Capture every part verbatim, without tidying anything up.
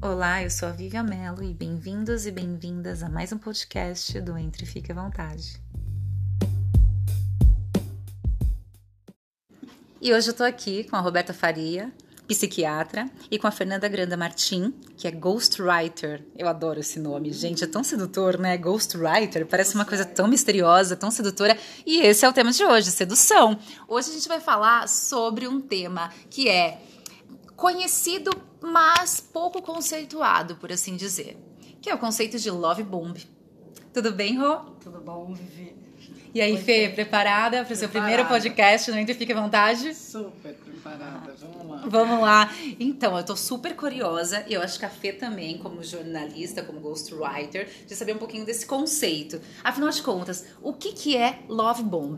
Olá, eu sou a Vivian Mello e bem-vindos e bem-vindas a mais um podcast do Entre Fique à Vontade. E hoje eu tô aqui com a Roberta Faria, psiquiatra, e com a Fernanda Granda Martim, que é ghostwriter. Eu adoro esse nome, gente, é tão sedutor, né? Ghostwriter, parece uma coisa tão misteriosa, tão sedutora. E esse é o tema de hoje, sedução. Hoje a gente vai falar sobre um tema que é conhecido, mas pouco conceituado, por assim dizer, que é o conceito de love bomb. Tudo bem, Rô? Tudo bom, Vivi? E aí, Fê, é. preparada para o seu primeiro podcast no Entre Fique à Vontade? Super preparada, vamos lá. Vamos lá. Então, eu tô super curiosa, e eu acho que a Fê também, como jornalista, como ghostwriter, de saber um pouquinho desse conceito. Afinal de contas, o que, que é love bomb?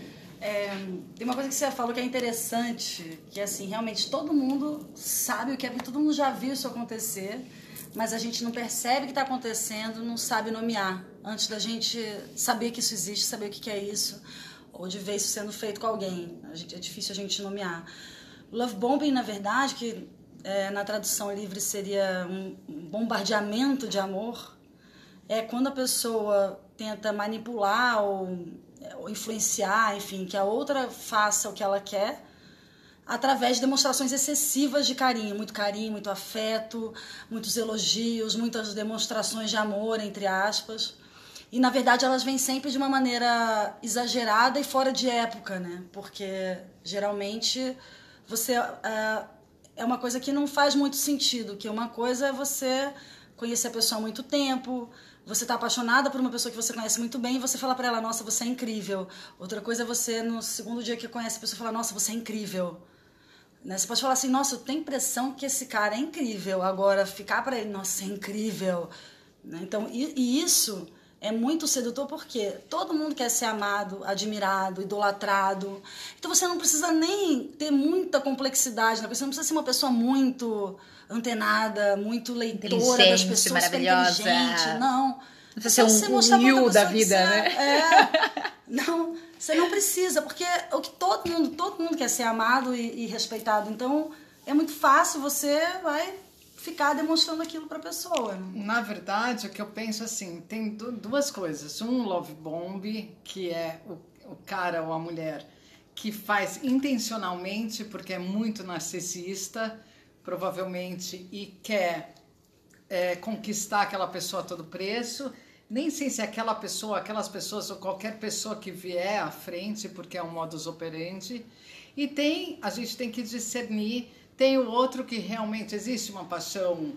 É, tem uma coisa que você falou que é interessante, que assim, realmente todo mundo sabe o que é, porque todo mundo já viu isso acontecer, mas a gente não percebe o que está acontecendo, não sabe nomear, antes da gente saber que isso existe, saber o que é isso, ou de ver isso sendo feito com alguém. A gente, é difícil a gente nomear. Love bombing, na verdade, que é, na tradução livre seria um bombardeamento de amor, é quando a pessoa tenta manipular ou ou influenciar, enfim, que a outra faça o que ela quer através de demonstrações excessivas de carinho, muito carinho, muito afeto, muitos elogios, muitas demonstrações de amor, entre aspas. E, na verdade, elas vêm sempre de uma maneira exagerada e fora de época, né? Porque, geralmente, você uh, é uma coisa que não faz muito sentido, que uma coisa é você conhecer a pessoa há muito tempo, você tá apaixonada por uma pessoa que você conhece muito bem e você fala pra ela, nossa, você é incrível. Outra coisa é você, no segundo dia que conhece a pessoa, falar, nossa, você é incrível. Né? Você pode falar assim, nossa, eu tenho a impressão que esse cara é incrível. Agora, ficar pra ele, nossa, é incrível. Né? Então, e, e isso é muito sedutor porque todo mundo quer ser amado, admirado, idolatrado. Então, você não precisa nem ter muita complexidade, né? Você não precisa ser uma pessoa muito antenada, muito leitora das pessoas, super inteligente, não. Não precisa ser um, um Yu da vida, você, né? É, não, você não precisa, porque o que todo mundo, todo mundo quer ser amado e, e respeitado, então é muito fácil, você vai ficar demonstrando aquilo pra pessoa. Né? Na verdade, o que eu penso assim, tem duas coisas, um love bomb, que é o, o cara ou a mulher que faz intencionalmente, porque é muito narcisista, provavelmente, e quer é, conquistar aquela pessoa a todo preço. Nem sei se aquela pessoa, aquelas pessoas ou qualquer pessoa que vier à frente, porque é um modus operandi. E tem, a gente tem que discernir, tem o outro que realmente existe uma paixão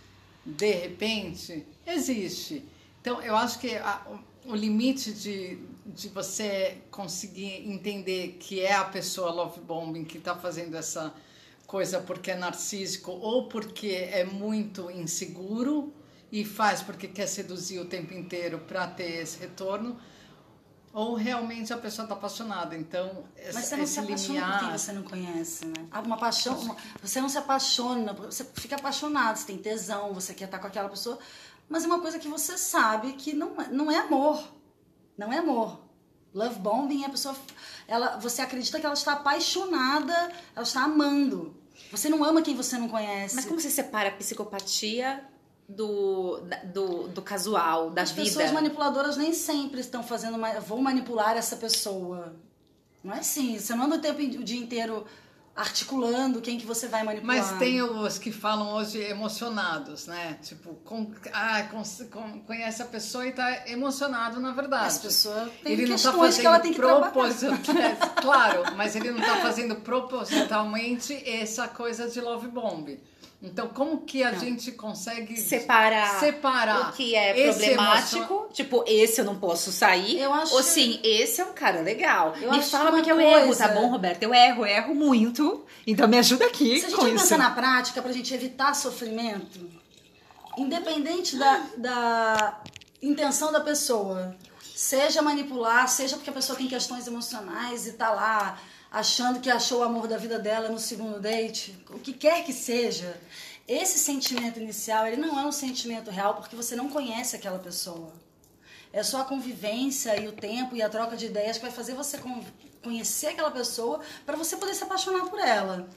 de repente, existe. Então, eu acho que a, o, o limite de, de você conseguir entender que é a pessoa love bombing que está fazendo essa coisa porque é narcísico ou porque é muito inseguro e faz porque quer seduzir o tempo inteiro para ter esse retorno, ou realmente a pessoa está apaixonada. Então, esse, mas você não se apaixona limiar... por quem você não conhece, né? Uma paixão, uma... você não se apaixona, você fica apaixonado, você tem tesão, você quer estar com aquela pessoa, mas é uma coisa que você sabe que não, não é amor, não é amor. Love bombing é a pessoa, ela, você acredita que ela está apaixonada, ela está amando. Você não ama quem você não conhece. Mas como você separa a psicopatia do, do, do casual, da As vida? As pessoas manipuladoras nem sempre estão fazendo, vou manipular essa pessoa. Não é assim, você não anda o tempo o dia inteiro articulando quem que você vai manipular. Mas tem os que falam hoje emocionados, né? Tipo, com, ah, com, com, conhece a pessoa e tá emocionado, na verdade. As pessoas têm ele questões não tá fazendo que ela tem que propos... Claro, mas ele não tá fazendo propositalmente essa coisa de love bomb. Então, como que a não. gente consegue separar, separar o que é problemático? Emocion... Tipo, esse eu não posso sair. Eu acho ou sim, que... esse é um cara legal. Eu me fala porque eu erro, tá bom, Roberta? Eu erro, eu erro muito. Então me ajuda aqui. Se a gente com pensar isso. na prática pra gente evitar sofrimento, independente da, da intenção da pessoa, seja manipular, seja porque a pessoa tem questões emocionais e tá lá achando que achou o amor da vida dela no segundo date, o que quer que seja, esse sentimento inicial, ele não é um sentimento real porque você não conhece aquela pessoa. É só a convivência e o tempo e a troca de ideias que vai fazer você conhecer aquela pessoa para você poder se apaixonar por ela.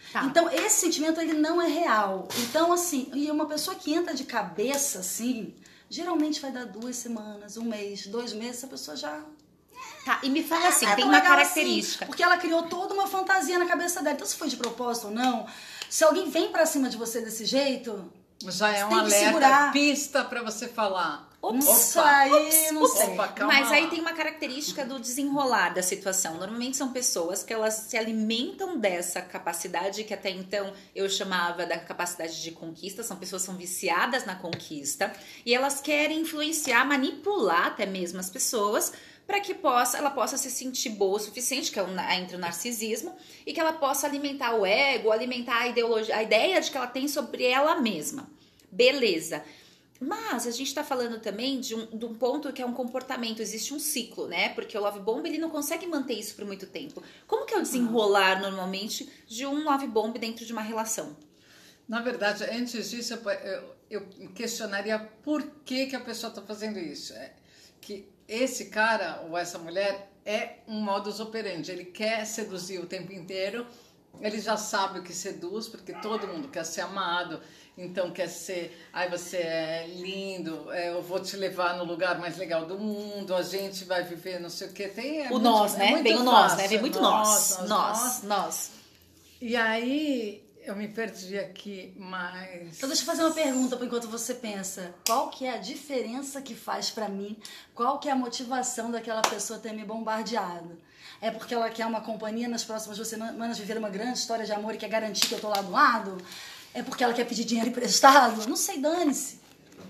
Tá. Então, esse sentimento, ele não é real. Então, assim, e uma pessoa que entra de cabeça, assim, geralmente vai dar duas semanas, um mês, dois meses, essa pessoa já... Tá, e me fala assim, é tem tão uma legal característica. assim, porque ela criou toda uma fantasia na cabeça dela. Então, se foi de propósito ou não, se alguém vem pra cima de você desse jeito, já é um tem que alerta, segurar. pista pra você falar. Ops, Opa, aí, não sei. Opa, calma Mas aí lá. tem uma característica do desenrolar da situação. Normalmente são pessoas que elas se alimentam dessa capacidade que até então eu chamava da capacidade de conquista. São pessoas que são viciadas na conquista e elas querem influenciar, manipular até mesmo as pessoas para que possa, ela possa se sentir boa o suficiente, que é o, entre o narcisismo, e que ela possa alimentar o ego, alimentar a ideologia, a ideia de que ela tem sobre ela mesma. Beleza. Mas a gente tá falando também de um, de um ponto que é um comportamento, existe um ciclo, né? Porque o love bomb, ele não consegue manter isso por muito tempo. Como que é o desenrolar, normalmente, de um love bomb dentro de uma relação? Na verdade, antes disso, eu, eu questionaria por que, que a pessoa está fazendo isso. É que esse cara ou essa mulher é um modus operandi, ele quer seduzir o tempo inteiro, ele já sabe o que seduz, porque todo mundo quer ser amado, então quer ser, ai, você é lindo, eu vou te levar no lugar mais legal do mundo, a gente vai viver não sei o que, tem... É o muito, nós, é né? muito Vem o fácil. nós, né? Vem muito nós, nós, nós, nós, nós. nós. E aí, eu me perdi aqui, mas... Então deixa eu fazer uma pergunta por enquanto você pensa. Qual que é a diferença que faz pra mim? Qual que é a motivação daquela pessoa ter me bombardeado? É porque ela quer uma companhia nas próximas duas semanas, viver uma grande história de amor e quer garantir que eu tô lá do lado? É porque ela quer pedir dinheiro emprestado? Não sei, dane-se.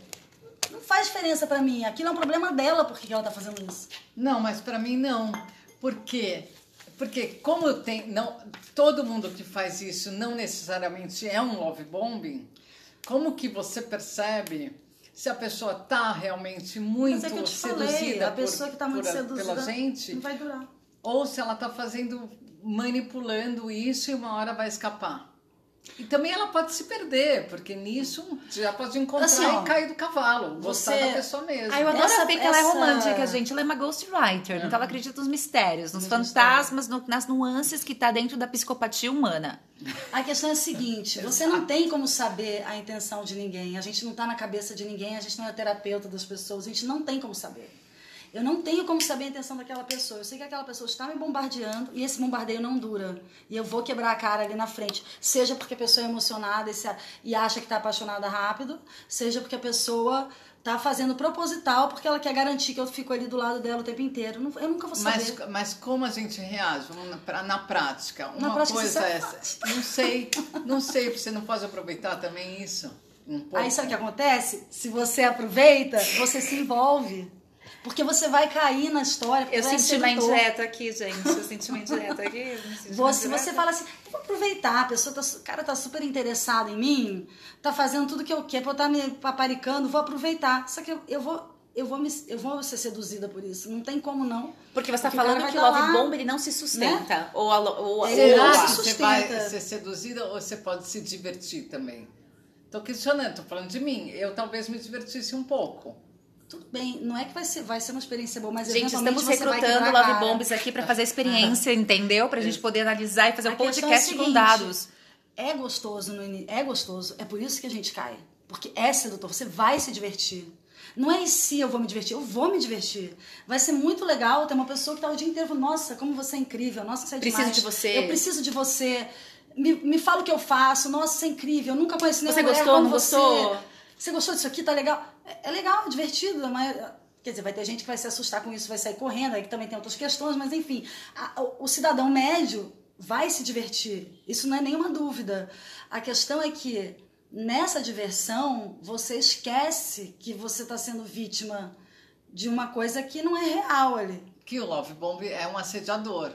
Não faz diferença pra mim. Aquilo é um problema dela, por que ela tá fazendo isso. Não, mas pra mim não. Por quê? Porque como tem, não, todo mundo que faz isso não necessariamente é um love bombing, como que você percebe se a pessoa tá realmente muito Mas é que eu te seduzida falei, a por, pessoa que tá muito por- seduzida pela gente, não vai durar. ou se ela tá fazendo, manipulando isso e uma hora vai escapar. E também ela pode se perder, porque nisso já pode encontrar Assim, ó, e cair do cavalo, gostar você- da pessoa mesmo. Ah, eu adoro Essa- ver que ela é essa- romântica, gente. Ela é uma ghostwriter. Então ela acredita nos mistérios, nos fantasmas, no- nas nuances que tá dentro da psicopatia humana. A questão é a seguinte, você não tem como saber a intenção de ninguém, a gente não tá na cabeça de ninguém, a gente não é terapeuta das pessoas, a gente não tem como saber. Eu não tenho como saber a intenção daquela pessoa. Eu sei que aquela pessoa está me bombardeando e esse bombardeio não dura. E eu vou quebrar a cara ali na frente. Seja porque a pessoa é emocionada e, se, e acha que está apaixonada rápido, seja porque a pessoa tá fazendo proposital porque ela quer garantir que eu fico ali do lado dela o tempo inteiro. Não- Eu nunca vou saber. Mas, mas como a gente reage? Vamos na, pra- na prática. Uma Na prática, coisa você é sabe. essa. Não sei, não sei, você não pode aproveitar também isso? Um pouco? Aí sabe o que acontece? Se você aproveita, você se envolve. Porque você vai cair na história. porque Eu vai senti ser uma sedutor. indireta aqui, gente. Eu senti uma indireta aqui. eu me senti uma Você, indireta. você fala assim, eu vou aproveitar, a pessoa tá, su- o cara tá super interessado em mim, tá fazendo tudo que eu quero, pra eu tá me paparicando, vou aproveitar. Só que eu, eu vou, eu vou me, eu vou ser seduzida por isso. Não tem como não. Porque você tá Porque o cara falando vai que o tá love lá, bomb ele não se sustenta. Ou, a, ou, a- Ele ou Será não a- que se você vai sustenta. ser seduzida ou você pode se divertir também? Tô questionando, tô falando de mim. Eu talvez me divertisse um pouco. Tudo bem, não é que vai ser, vai ser uma experiência boa, mas Gente, eventualmente estamos você vai recrutando quebrar a love cara. bombs aqui pra fazer experiência, entendeu? Pra gente poder analisar e fazer A um questão podcast é o com seguinte, dados. É gostoso no início, é gostoso, é por isso que a gente cai. Porque é sedutor, você vai se divertir. Não é em si eu vou me divertir, eu vou me divertir. Vai ser muito legal ter uma pessoa que tá o dia inteiro, nossa, como você é incrível, nossa, você é Preciso demais. de você. Eu preciso de você. Me, me fala o que eu faço, nossa, você é incrível, eu nunca conheci nenhuma Você mulher gostou, como não você. gostou? Você gostou disso aqui, tá legal? É, é legal, é divertido, mas... Quer dizer, vai ter gente que vai se assustar com isso, vai sair correndo, aí que também tem outras questões, mas enfim, a- o, o cidadão médio vai se divertir. Isso não é nenhuma dúvida. A questão é que nessa diversão você esquece que você está sendo vítima de uma coisa que não é real ali. Que o love bomb é um assediador.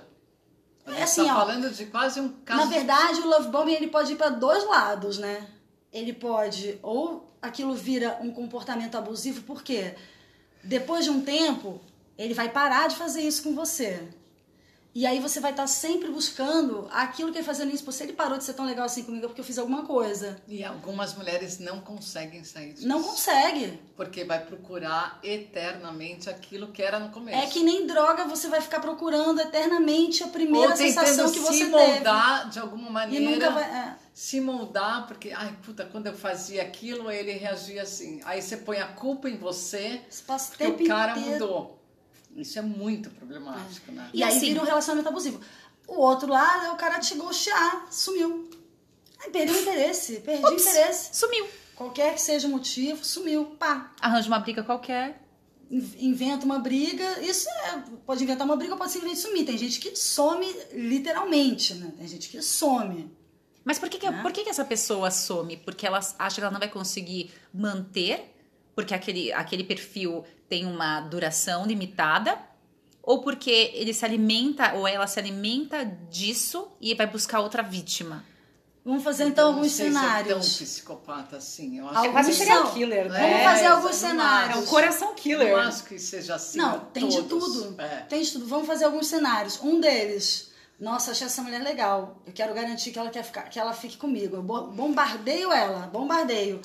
A gente É assim, tá ó, falando de quase um caso... Na verdade, o love bombing ele pode ir para dois lados, né? Ele pode, ou aquilo vira um comportamento abusivo, por quê? Depois de um tempo, ele vai parar de fazer isso com você. E aí você vai estar sempre buscando aquilo que ele fazia no início. Pô, se ele parou de ser tão legal assim comigo é porque eu fiz alguma coisa. E algumas mulheres não conseguem sair disso. Não consegue. Porque vai procurar eternamente aquilo que era no começo. É que nem droga, você vai ficar procurando eternamente a primeira Ou sensação que você se teve. moldar de alguma maneira. E nunca vai... É. Se moldar, porque, ai, puta, quando eu fazia aquilo, ele reagia assim. Aí você põe a culpa em você, passa o porque tempo o cara inteiro. mudou. Isso é muito problemático, né? E, E aí assim, vira um relacionamento abusivo. O outro lá, o cara te ghostear, sumiu. Aí perdeu o interesse, perdi o Ups, interesse. Sumiu. Qualquer que seja o motivo, sumiu. Pá. Arranja uma briga qualquer. Inventa uma briga. Isso é, pode inventar uma briga ou pode simplesmente sumir. Tem gente que some literalmente, né? Tem gente que some. Mas por que, que, Né? por que, que essa pessoa some? Porque ela acha que ela não vai conseguir manter, porque aquele, aquele perfil tem uma duração limitada, ou porque ele se alimenta, ou ela se alimenta disso e vai buscar outra vítima? Vamos fazer então Eu alguns não sei se cenários. é tão psicopata assim. Eu acho Alguns que quase um tem- serial são. killer, né? Vamos É, fazer eu alguns não cenários. É acho. um coração Eu killer. não acho que seja assim. Não, a tem de todos. tudo. É. Tem de tudo. Vamos fazer alguns cenários. Um deles, nossa, achei essa mulher legal. Eu quero garantir que ela quer ficar, que ela fique comigo. Eu bo- bombardeio ela, bombardeio.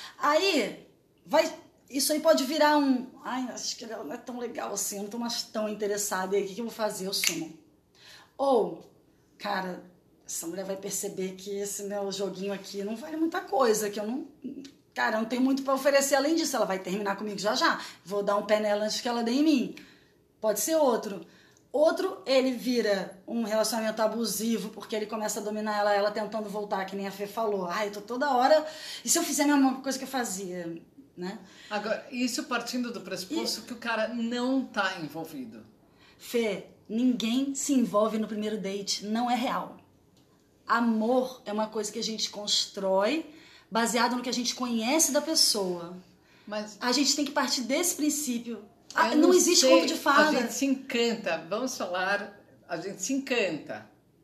Aí, vai. Isso aí pode virar um. Ai, acho que ela não é tão legal assim, eu não tô mais tão interessada. E aí, o que, que eu vou fazer? Eu sumo. Ou, cara, essa mulher vai perceber que esse meu joguinho aqui não vale muita coisa, que eu não. Cara, eu não tenho muito pra oferecer além disso. Ela vai terminar comigo já já. Vou dar um pé nela antes que ela dê em mim. Pode ser outro. Outro, ele vira um relacionamento abusivo, porque ele começa a dominar ela, ela tentando voltar, que nem a Fê falou. Ai, eu tô toda hora. E se eu fizer a mesma coisa que eu fazia? Né? Agora, isso partindo do pressuposto que o cara não tá envolvido. Fê, ninguém se envolve no primeiro date. Não é real. Amor é uma coisa que a gente constrói baseado no que a gente conhece da pessoa. Mas A gente tem que partir desse princípio. Ah, eu não, existe sei, conto de fada. A gente se encanta. Vamos falar, a gente se encanta.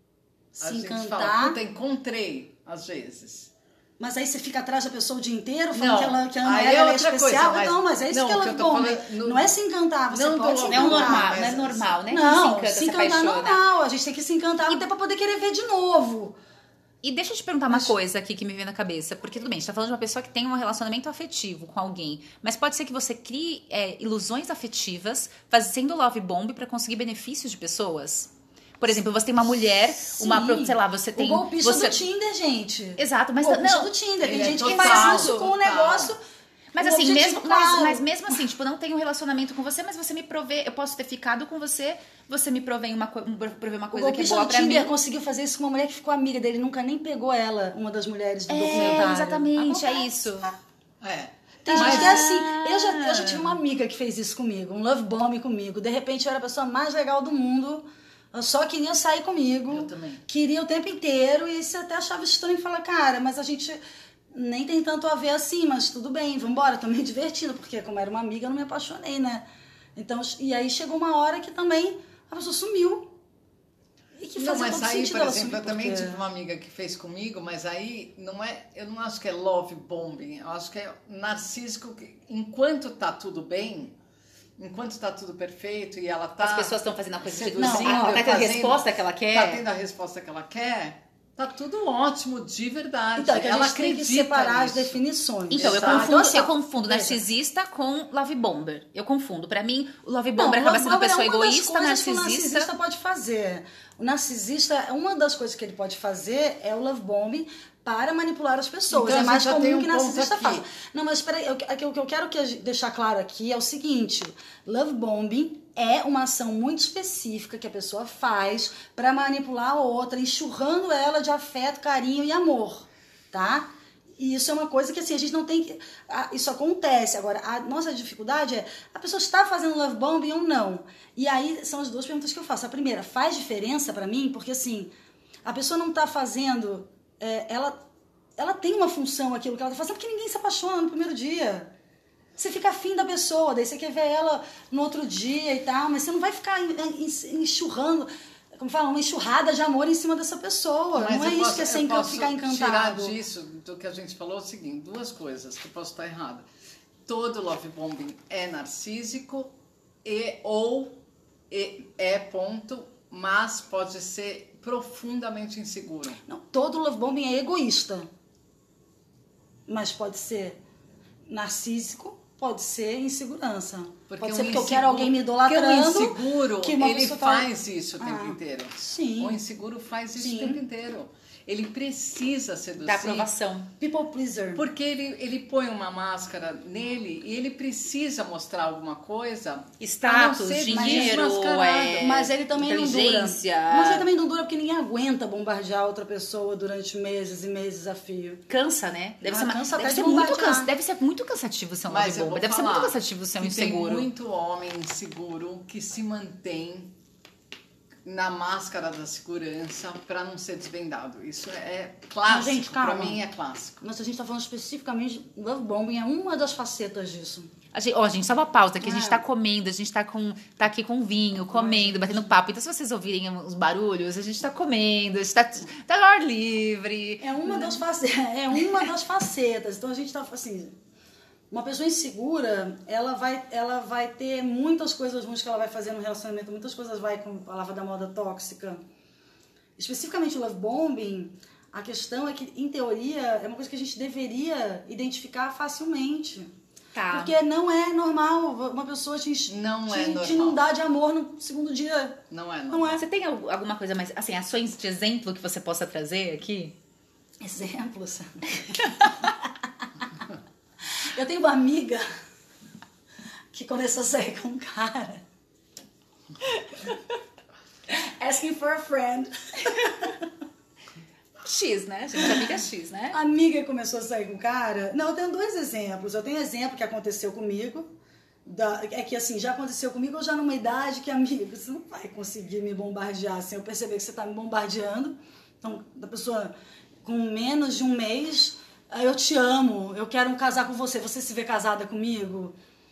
A Se gente fala, encantar, puta, encontrei, às vezes. mas aí você fica atrás da pessoa o dia inteiro falando Não, que ela, que ama aí ela, é ela é outra especial. coisa, mas- não, mas é isso não, que ela que eu tô bom, falando no- Não é se encantar, você não pode do se Não é o encantar. normal, mas- não é normal, né? Não, Quem se se encanta, se encantar apaixona. normal. A gente tem que se encantar até pra poder querer ver de novo. E deixa eu te perguntar uma coisa aqui que me vem na cabeça. Porque, tudo bem, a gente tá falando de uma pessoa que tem um relacionamento afetivo com alguém. Mas pode ser que você crie é, ilusões afetivas fazendo love bomb pra conseguir benefícios de pessoas? Por exemplo, você tem uma mulher, uma, Sim. sei lá, você tem... O golpista você... do Tinder, gente. Exato, mas o golpista não... do Tinder. Tem Ele é gente que total, faz isso com o total. negócio. Mas o assim, objetivo mesmo, mas, claro. mas mesmo assim, tipo, não tenho um relacionamento com você, mas você me provê, eu posso ter ficado com você, você me provê uma, co- provê uma O coisa que é golpista boa do pra mim. Tinder conseguiu fazer isso com uma mulher que ficou amiga dele, nunca nem pegou ela, uma das mulheres do documentário. É, exatamente, é Acontece. isso. É. Tem Mas- gente que é assim. Eu já, eu já tive uma amiga que fez isso comigo, um love bomb comigo. De repente eu era a pessoa mais legal do mundo, eu só queria sair comigo. Eu também. Queria o tempo inteiro e você até achava estranho e fala, cara, mas a gente nem tem tanto a ver assim, mas tudo bem, vambora, tô me divertindo, porque como era uma amiga eu não me apaixonei, né? Então, e aí chegou uma hora que também a pessoa sumiu. E que Não, fazia mas todo aí, sentido por ela exemplo, sumir, eu também porque- tive uma amiga que fez comigo, mas aí não é, eu não acho que é love bombing, eu acho que é narcísico que enquanto tá tudo bem, enquanto tá tudo perfeito e ela tá As pessoas estão fazendo a coisa de seduzindo, não, ela tá tendo a fazendo- resposta que ela tá quer. tendo a resposta que ela quer, tá tudo ótimo, de verdade. Então, é que a ela gente tem que acredita separar as nisso. definições. Então, eu Exato. confundo, assim, eu confundo veja. narcisista com love bomber. Eu confundo. Pra mim, o love Não, bomber o acaba love sendo uma bomber pessoa é uma das egoísta, coisas que o narcisista. narcisista pode fazer. O narcisista, uma das coisas que ele pode fazer é o love bombing para manipular as pessoas. Então, é a mais gente já tem comum um que narcisista ponto aqui. faça. Não, mas espera aí, eu- o que eu quero que a gente- deixar claro aqui é o seguinte: love bombing é uma ação muito específica que a pessoa faz para manipular a outra, enxurrando ela de afeto, carinho e amor, tá? E isso é uma coisa que assim, a gente não tem que... ah, isso acontece. Agora, a nossa dificuldade é a pessoa está fazendo love bombing ou não. E aí são as duas perguntas que eu faço. A primeira, faz diferença pra mim? Porque assim, a pessoa não tá fazendo... é, ela, ela tem uma função aquilo que ela tá fazendo, porque ninguém se apaixona no primeiro dia. Você fica afim da pessoa, daí você quer ver ela no outro dia e tal, mas você não vai ficar en- en- enxurrando... Como fala, uma enxurrada de amor em cima dessa pessoa. Mas não é eu isso posso- que é eu sem posso ficar tirar encantado. disso, do que a gente falou, é o seguinte, duas coisas, que eu posso estar errado. Todo love bombing é narcísico e ou e, é ponto, mas pode ser profundamente inseguro. Não, todo love bombing é egoísta. Mas pode ser narcísico, pode ser insegurança. Porque pode um ser porque eu inseguro- quero alguém me idolatrando. Porque o inseguro, que uma ele pessoa tá- faz isso o tempo Ah, inteiro. sim. O inseguro faz isso Sim. o tempo inteiro. Ele precisa seduzir. Da aprovação. People pleaser. Porque ele, ele põe uma máscara nele e ele precisa mostrar alguma coisa. Status, pra não ser dinheiro, desmascarado. é, Mas ele também não dura. inteligência. Mas ele também não dura porque ninguém aguenta bombardear outra pessoa durante meses e meses a fio. Cansa, né? Deve Ah, ser, uma- cansa deve até ser de muito bombardear. cansa, deve ser muito cansativo ser um Mas love eu vou bomber. Deve ser falar muito cansativo ser um que inseguro. Tem muito homem inseguro que se mantém na máscara da segurança para não ser desvendado. Isso é clássico. Mas, gente, Para calma. mim é clássico. Mas a gente tá falando especificamente, love bombing é uma das facetas disso. A gente, ó, gente, só uma pausa aqui. A gente Ah. tá comendo, a gente tá, com, tá aqui com vinho, comendo, batendo papo. Então, se vocês ouvirem os barulhos, a gente tá comendo, a gente tá, tá ao ar livre. É uma das facetas, é uma das facetas. Então a gente tá assim, uma pessoa insegura, ela vai, ela vai ter muitas coisas ruins que ela vai fazer no relacionamento, muitas coisas vai com a palavra da moda tóxica. Especificamente o love bombing, a questão é que, em teoria, é uma coisa que a gente deveria identificar facilmente. Tá. Porque não é normal uma pessoa te, Não te, é te normal. inundar de amor no segundo dia. Não é, não. Não é. Você tem al- alguma coisa mais, assim, ações de exemplo que você possa trazer aqui? Exemplos. Eu tenho uma amiga que começou a sair com um cara. Asking for a friend. X, né? A gente amiga X, né? A amiga começou a sair com um cara. Não, eu tenho dois exemplos. Eu tenho um exemplo que aconteceu comigo. Da, é que assim, já aconteceu comigo, eu já numa idade que, amiga, você não vai conseguir me bombardear sem eu perceber que você tá me bombardeando. Então, da pessoa com menos de um mês, "Ah, eu te amo, eu quero casar com você, você se vê casada comigo?"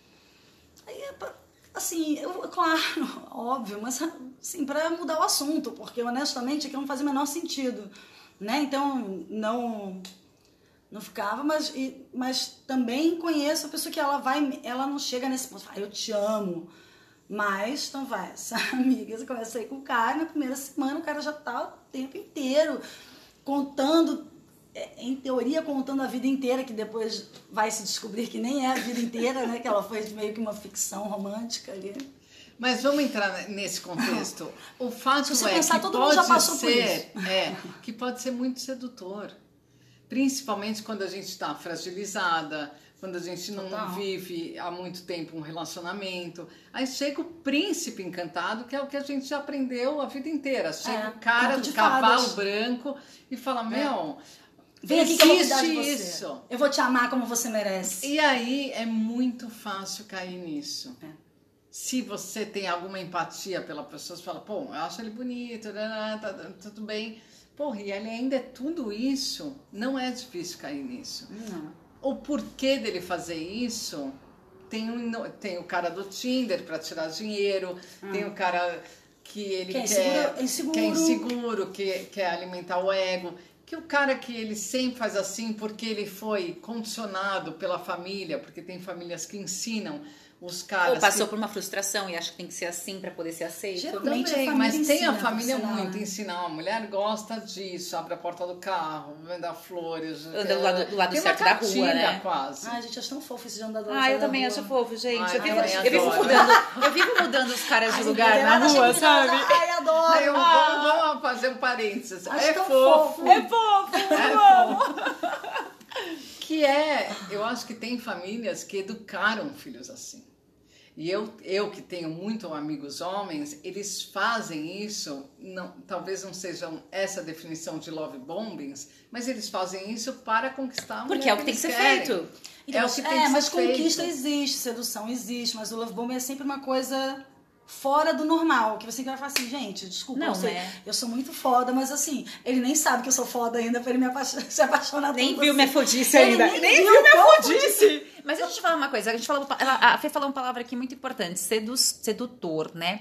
Aí, assim, eu, claro, óbvio, mas assim, pra mudar o assunto, porque honestamente aquilo não fazia o menor sentido, né? Então, não... Não ficava, mas, e, mas também conheço a pessoa que ela vai, ela não chega nesse ponto, fala, eu te amo. Mas, então vai, essa amiga, você começa a ir com o cara, na primeira semana o cara já tá o tempo inteiro contando, em teoria contando a vida inteira, que depois vai se descobrir que nem é a vida inteira, né? Que ela foi meio que uma ficção romântica ali. Mas vamos entrar nesse contexto. O fato Se você é pensar, que todo mundo já pode passou por ser, é, que pode ser muito sedutor. Principalmente quando a gente está fragilizada, quando a gente não Total. vive há muito tempo um relacionamento. Aí chega o príncipe encantado, que é o que a gente já aprendeu a vida inteira. Chega É, o cara conto do de cavalo fadas. branco e fala, meu, Vem aqui que eu vou cuidar de existe você. isso. Eu vou te amar como você merece. E aí é muito fácil cair nisso. É. Se você tem alguma empatia pela pessoa, você fala, pô, eu acho ele bonito, né, tá, tá, tudo bem. Porra, e ele ainda é tudo isso, não é difícil cair nisso. Não. O porquê dele fazer isso, tem, um, tem o cara do Tinder para tirar dinheiro, tem o cara que ele Que é quer, inseguro- inseguro. que é inseguro, que quer alimentar o ego, que o cara que ele sempre faz assim porque ele foi condicionado pela família, porque tem famílias que ensinam os caras... Ou passou que... por uma frustração e acha que tem que ser assim pra poder ser aceito. Geralmente Também, a família mas tem a ensina, família por sinal, muito né? ensinar, a mulher gosta disso, abre a porta do carro, vende flores. Anda do lado- do lado tem certo uma da rua, cartilha né? quase. Ai, gente, acho tão fofo esse de andar do Ah, eu da também rua. acho fofo, gente. Ai, eu, vivo, também eu, vivo adoro. mudando, eu vivo mudando os caras de Ai, lugar na ela rua, acha sabe? maravilhosa. Ai, adoro. Aí eu vou, vou fazer um parênteses. Acho é tão fofo. fofo. É fofo, É eu amo. Que é, eu acho que tem famílias que educaram filhos assim. E eu, eu que tenho muito amigos homens, eles fazem isso, não, talvez não sejam essa definição de love bombings, mas eles fazem isso para conquistar a mulher Porque é o que tem que eles ser querem. feito. Então, é o que tem é, que mas ser conquista feito. existe, sedução existe, mas o love bombing é sempre uma coisa fora do normal, que você vai falar assim, gente, desculpa, Não, eu, sei, né? eu sou muito foda, mas assim, ele nem sabe que eu sou foda ainda pra ele me apa- se apaixonar Nem tanto viu assim. minha fodice Ele ainda. nem Nem viu viu minha como fodice. Mas deixa eu te falar uma coisa. A, gente falou, ela- a Fê falou uma palavra aqui muito importante. Sedu, sedutor, né?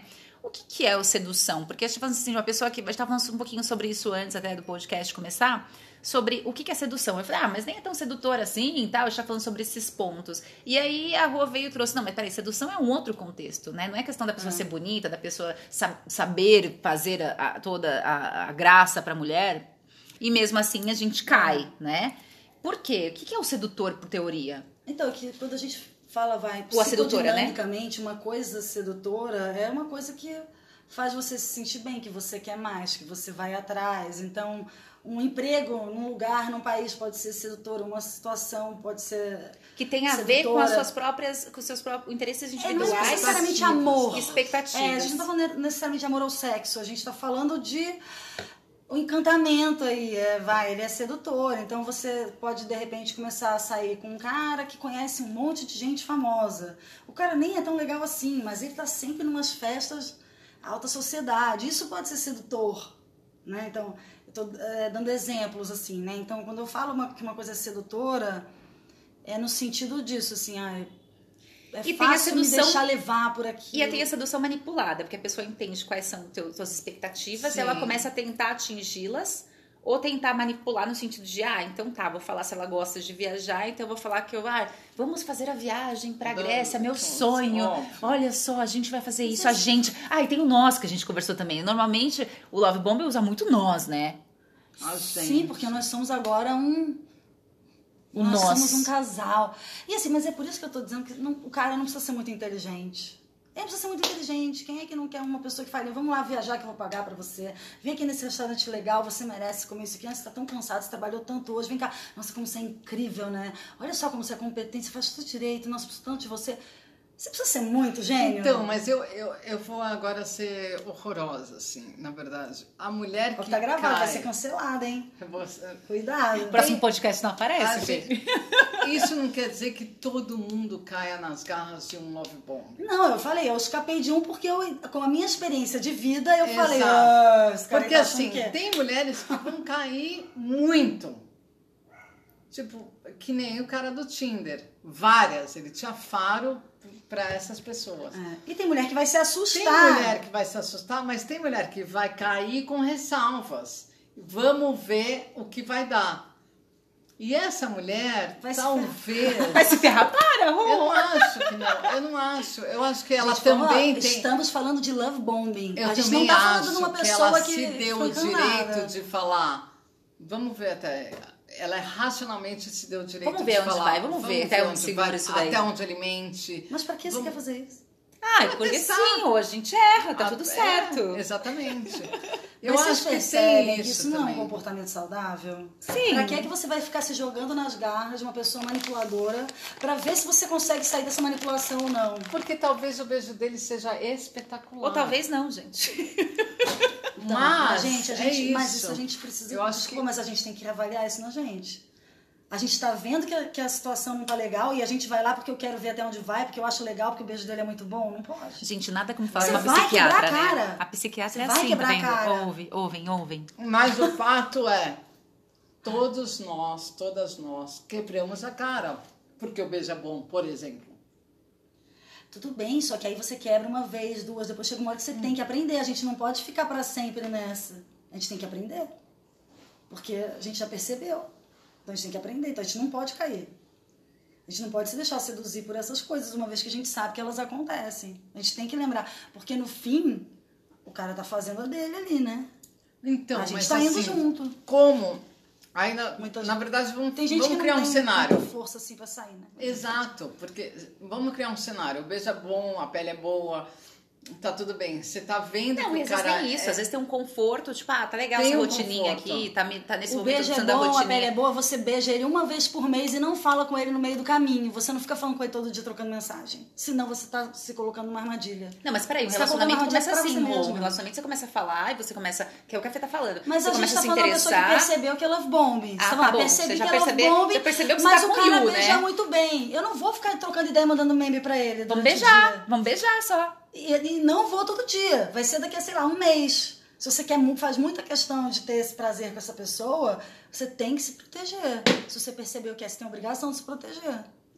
o que, que é o sedução? Porque a gente tá falando assim, de uma pessoa que... A gente tava falando um pouquinho sobre isso antes até do podcast começar, sobre o que, que é sedução. Eu falei, ah, mas nem é tão sedutor assim e tal. A gente tá falando sobre esses pontos. E aí a Rô veio e trouxe, não, mas peraí, sedução é um outro contexto, né? Não é questão da pessoa É. ser bonita, da pessoa sa- saber fazer a, a- toda a, a graça pra mulher. E mesmo assim a gente cai, né? Por quê? O que, que é o sedutor, por teoria? Então, que quando a gente fala, vai, Ou a sedutora, né? psicodinamicamente, uma coisa sedutora é uma coisa que faz você se sentir bem, que você quer mais, que você vai atrás. Então, um emprego num lugar, num país pode ser sedutor, uma situação pode ser Que tem a sedutora. ver com as suas próprias, com os seus próprios interesses É, não individuais. é necessariamente amor. Expectativas. É, a gente não tá falando necessariamente de amor ao sexo, a gente tá falando de o encantamento aí, é, vai, ele é sedutor, então você pode de repente começar a sair com um cara que conhece um monte de gente famosa. O cara nem é tão legal assim, mas ele tá sempre numas festas alta sociedade. Isso pode ser sedutor, né? Então, eu tô é, dando exemplos assim, né? Então, quando eu falo uma, que uma coisa é sedutora, é no sentido disso, assim, ah, é E tem fácil a sedução- me deixar levar por aqui. E aí tem a sedução manipulada, porque a pessoa entende quais são as suas expectativas Sim. e ela começa a tentar atingi-las ou tentar manipular no sentido de, ah, então tá, vou falar se ela gosta de viajar, então eu vou falar que eu, ah, vamos fazer a viagem pra Grécia, meu sonho. Óbvio. Olha só, a gente vai fazer isso, a gente. Ah, e tem o nós que a gente conversou também. Normalmente o Love Bomb usa muito nós, né? A Sim, gente. porque nós somos agora um... O nós nós. somos um casal. E assim, mas é por isso que eu tô dizendo que não- o cara não precisa ser muito inteligente. Ele precisa ser muito inteligente. Quem é que não quer uma pessoa que fale, vamos lá viajar que eu vou pagar pra você. Vem aqui nesse restaurante legal, você merece comer isso aqui. Você tá tão cansado, você trabalhou tanto hoje. Vem cá. Nossa, como você é incrível, né? Olha só como você é competente, você faz tudo direito. Nossa, preciso tanto de você. Você precisa ser muito gênio. Então, mas eu, eu, eu vou agora ser horrorosa, assim, na verdade. A mulher Pode que tá gravado, cai... vai ser cancelada, hein? Eu vou ser- Cuidado. O próximo podcast não A aparece, gente- Fê. Isso não quer dizer que todo mundo caia nas garras de um love bomb. Não, eu falei, eu escapei de um porque eu, com a minha experiência de vida, eu Exato. falei, ah, esse cara Porque tá achando assim, que é. tem mulheres que vão cair muito. Tipo, que nem o cara do Tinder. Várias. Ele tinha faro pra essas pessoas. É. E tem mulher que vai se Tem assustar. mulher que vai se assustar, mas tem mulher que vai cair com ressalvas. Vamos ver o que vai dar. E essa mulher, Vai se talvez... Vai se ferrar, para, Eu Rô! não acho que não. Eu não acho. Eu acho que ela Gente, vamos lá, também tem... Estamos falando de love bombing. Eu a gente também não tá falando acho de uma que pessoa ela que se deu foi o direito enganada. de falar. Vamos ver até. Ela racionalmente se deu o direito Vamos ver de onde falar. vai, vamos ver até onde segura vai, isso daí. Até onde ele mente. Mas pra que você Vamos- quer fazer isso? Ah, porque testar. sim, ou a gente erra, tá Ah, tudo é, certo. exatamente. Eu Mas acho vocês que percebem tem que isso, isso não é um também. comportamento saudável? Sim. Pra que é que você vai ficar se jogando nas garras de uma pessoa manipuladora pra ver se você consegue sair dessa manipulação ou não? Porque talvez o beijo dele seja espetacular. Ou talvez não, gente. Então, Mas, gente, a é gente, mas isso. isso a gente precisa. Eu acho Desculpa, que- mas a gente tem que reavaliar isso na gente. A gente tá vendo que a, que a situação não tá legal e a gente vai lá porque eu quero ver até onde vai, porque eu acho legal, porque o beijo dele é muito bom. Não pode. Gente, nada como falar Você uma vai psiquiatra, quebrar a né? cara. A psiquiatra Você é vai assim, tá quebrar a vendo? cara. Ouvem, ouvem, ouvem. Mas o fato é, todos nós, todas nós, quebramos a cara. Porque o beijo é bom, por exemplo. Tudo bem, só que aí você quebra uma vez, duas, depois chega uma hora que você tem que aprender. A gente não pode ficar pra sempre nessa. A gente tem que aprender. Porque a gente já percebeu. Então a gente tem que aprender. Então a gente não pode cair. A gente não pode se deixar seduzir por essas coisas, uma vez que a gente sabe que elas acontecem. A gente tem que lembrar. Porque no fim, o cara tá fazendo a dele ali, né? Então, a gente mas tá indo assim, junto. como? Aí, na, Muita na gente- verdade, vamos, Tem gente vamos que criar não um tem cenário. tanta força assim pra sair, né? Exato, porque vamos criar um cenário. O beijo é bom, a pele é boa, tá tudo bem. Você tá vendo Não, que e o às vezes cara tem isso. é- Às vezes tem um conforto, tipo, ah, tá legal Tem essa um rotininha conforto. aqui, tá, me- tá nesse O momento beijo é precisando da bom, a rotininha. pele é boa, você beija ele uma vez por mês e não fala com ele no meio do caminho. Você não fica falando com ele todo dia trocando mensagem. Senão você tá se colocando numa armadilha. Não, mas peraí, o Você tá relacionamento colocando uma começa armadilha assim, pra você Rô. mesmo. O relacionamento você começa a falar e você começa... Que é o que a Fê tá falando. Mas você a gente começa tá a se falando da pessoa que interessar... percebeu que é love bomb. Você Ah, fala, tá bom, percebi você já que é love percebe- bomb, já percebeu que você mas tá o com cara you, beija né? muito bem. Eu não vou ficar trocando ideia, mandando meme pra ele Vamos durante o beijar, dia. vamos beijar só. E, e não vou todo dia. Vai ser daqui a, sei lá, um mês. Se você quer, mu- faz muita questão de ter esse prazer com essa pessoa, você tem que se proteger. Se você percebeu que é, você tem a obrigação de se proteger.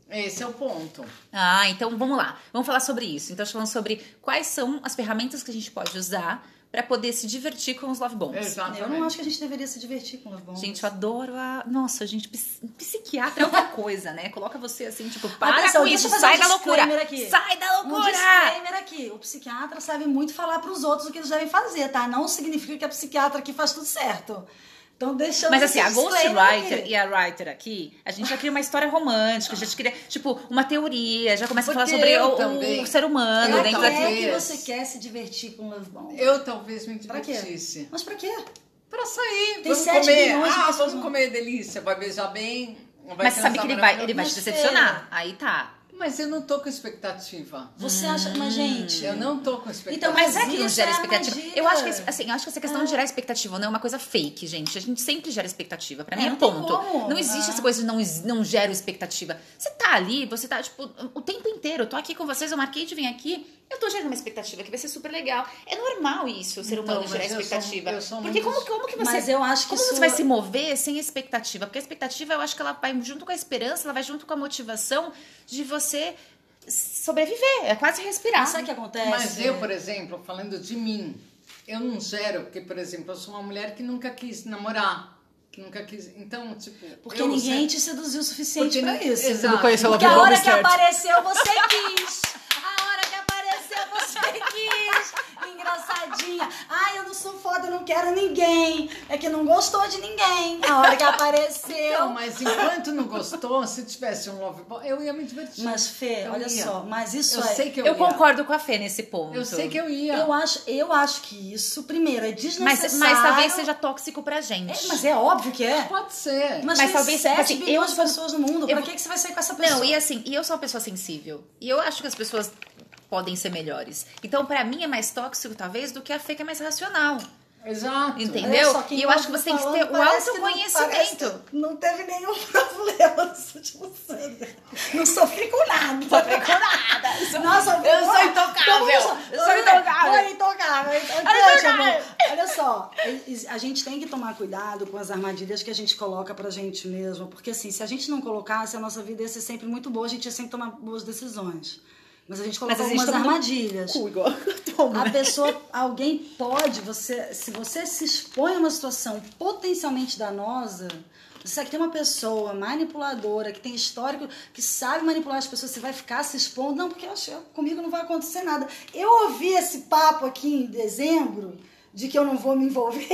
Esse é o ponto. Ah, então vamos lá. Vamos falar sobre isso. Então, falando sobre quais são as ferramentas que a gente pode usar para poder se divertir com os love bombs. Exatamente. Eu não acho que a gente deveria se divertir com love bombs. Gente, eu adoro a... Nossa, gente, ps- psiquiatra é outra coisa, né? Coloca você assim, tipo, para Atenção, com deixa isso, eu fazer sai um da loucura. disclaimer aqui. Sai da Um loucura! disclaimer aqui. O psiquiatra sabe muito falar pros outros o que eles devem fazer, tá? Não significa que a psiquiatra aqui faz tudo certo. Então, deixando Mas assim, esse a disclaimer ghostwriter aqui. e a writer aqui, a gente já cria uma história romântica, a gente cria, tipo, uma teoria, já começa a falar Porque sobre eu o, também. o ser humano Eu Pra dentro que daquilo. talvez. é que você quer se divertir com love bomb? Eu talvez me Pra quê? divertisse. Mas pra quê? Pra sair. Tem vamos sete comer. bilhões de Ah, pessoas vamos no- comer delícia. Vai beijar bem. Vai Mas você sabe que ele vai, ele vai te Mas, decepcionar. Fê, Aí tá. Mas eu não tô com expectativa. Você acha... Mas, gente... Eu não tô com expectativa. Então, Mas é que não isso gera é expectativa. armadilha. Eu acho que, assim, eu acho que essa questão de gerar expectativa não é uma coisa fake, gente. A gente sempre gera expectativa. Pra É, mim é não tem ponto. como. Não existe Ah. essa coisa de não, não gero expectativa. Você tá ali, você tá, tipo, o tempo inteiro. Eu tô aqui com vocês, eu marquei de vir aqui. Eu tô gerando uma expectativa que vai ser super legal. É normal isso, o ser humano Então, gerar mas eu sou- expectativa. eu sou Porque muito- como, como que você. Mas eu acho que como isso... você vai se mover sem expectativa? Porque a expectativa, eu acho que ela vai junto com a esperança, ela vai junto com a motivação de você sobreviver. É quase respirar. Mas sabe o que acontece? Mas eu, por exemplo, falando de mim, eu não gero, porque, por exemplo, eu sou uma mulher que nunca quis namorar. Que nunca quis. Então, tipo. Porque eu ninguém sei- te seduziu o suficiente Porque pra ni- isso. Exato. conheceu Porque a hora que apareceu, você quis. A hora que apareceu, você quis. Engraçadinha. Ai, eu não sou foda, eu não quero ninguém. É que não gostou de ninguém. A hora que apareceu. Então, mas enquanto não gostou, se tivesse um love bomb, eu ia me divertir. Mas, Fê, Eu olha ia. só, mas isso Eu é... sei que eu, Eu ia. concordo com a Fê nesse ponto. Eu sei que eu ia. Eu acho, eu acho que isso, primeiro, é Mas, desnecessário. mas talvez seja tóxico pra gente. É, mas é óbvio que é. Pode ser. Mas, Mas tem talvez, sete assim, bilhões eu de sou- pessoas no mundo. eu- Pra que, que você vai sair com essa pessoa? Não, e assim, e eu sou uma pessoa sensível. E eu acho que as pessoas podem ser melhores. Então, pra mim, é mais tóxico, talvez, do que a Fê, que é mais racional. Exato. Entendeu? Olha só, quem E eu acho que ouve você tem que falando ter o parece que não- autoconhecimento. parece que Não teve nenhum problema nos últimos anos. Não sofri com nada. Sofri com nada. Nossa, Eu sou intocável. Eu sou intocável. Sou intocável. Então, amor, olha só, a gente tem que tomar cuidado com as armadilhas que a gente coloca pra gente mesmo. Porque assim, se a gente não colocasse, a nossa vida ia ser sempre muito boa, a gente ia sempre tomar boas decisões. Mas a gente coloca Mas a gente algumas toma no armadilhas. Cu, igual eu tomo, A né? pessoa, alguém pode, você, se você se expõe a uma situação potencialmente danosa, você sabe que tem uma pessoa manipuladora, que tem histórico, que sabe manipular as pessoas, você vai ficar se expondo. Não, porque eu acho, comigo não vai acontecer nada. Eu ouvi esse papo aqui em dezembro, de que eu não vou me envolver.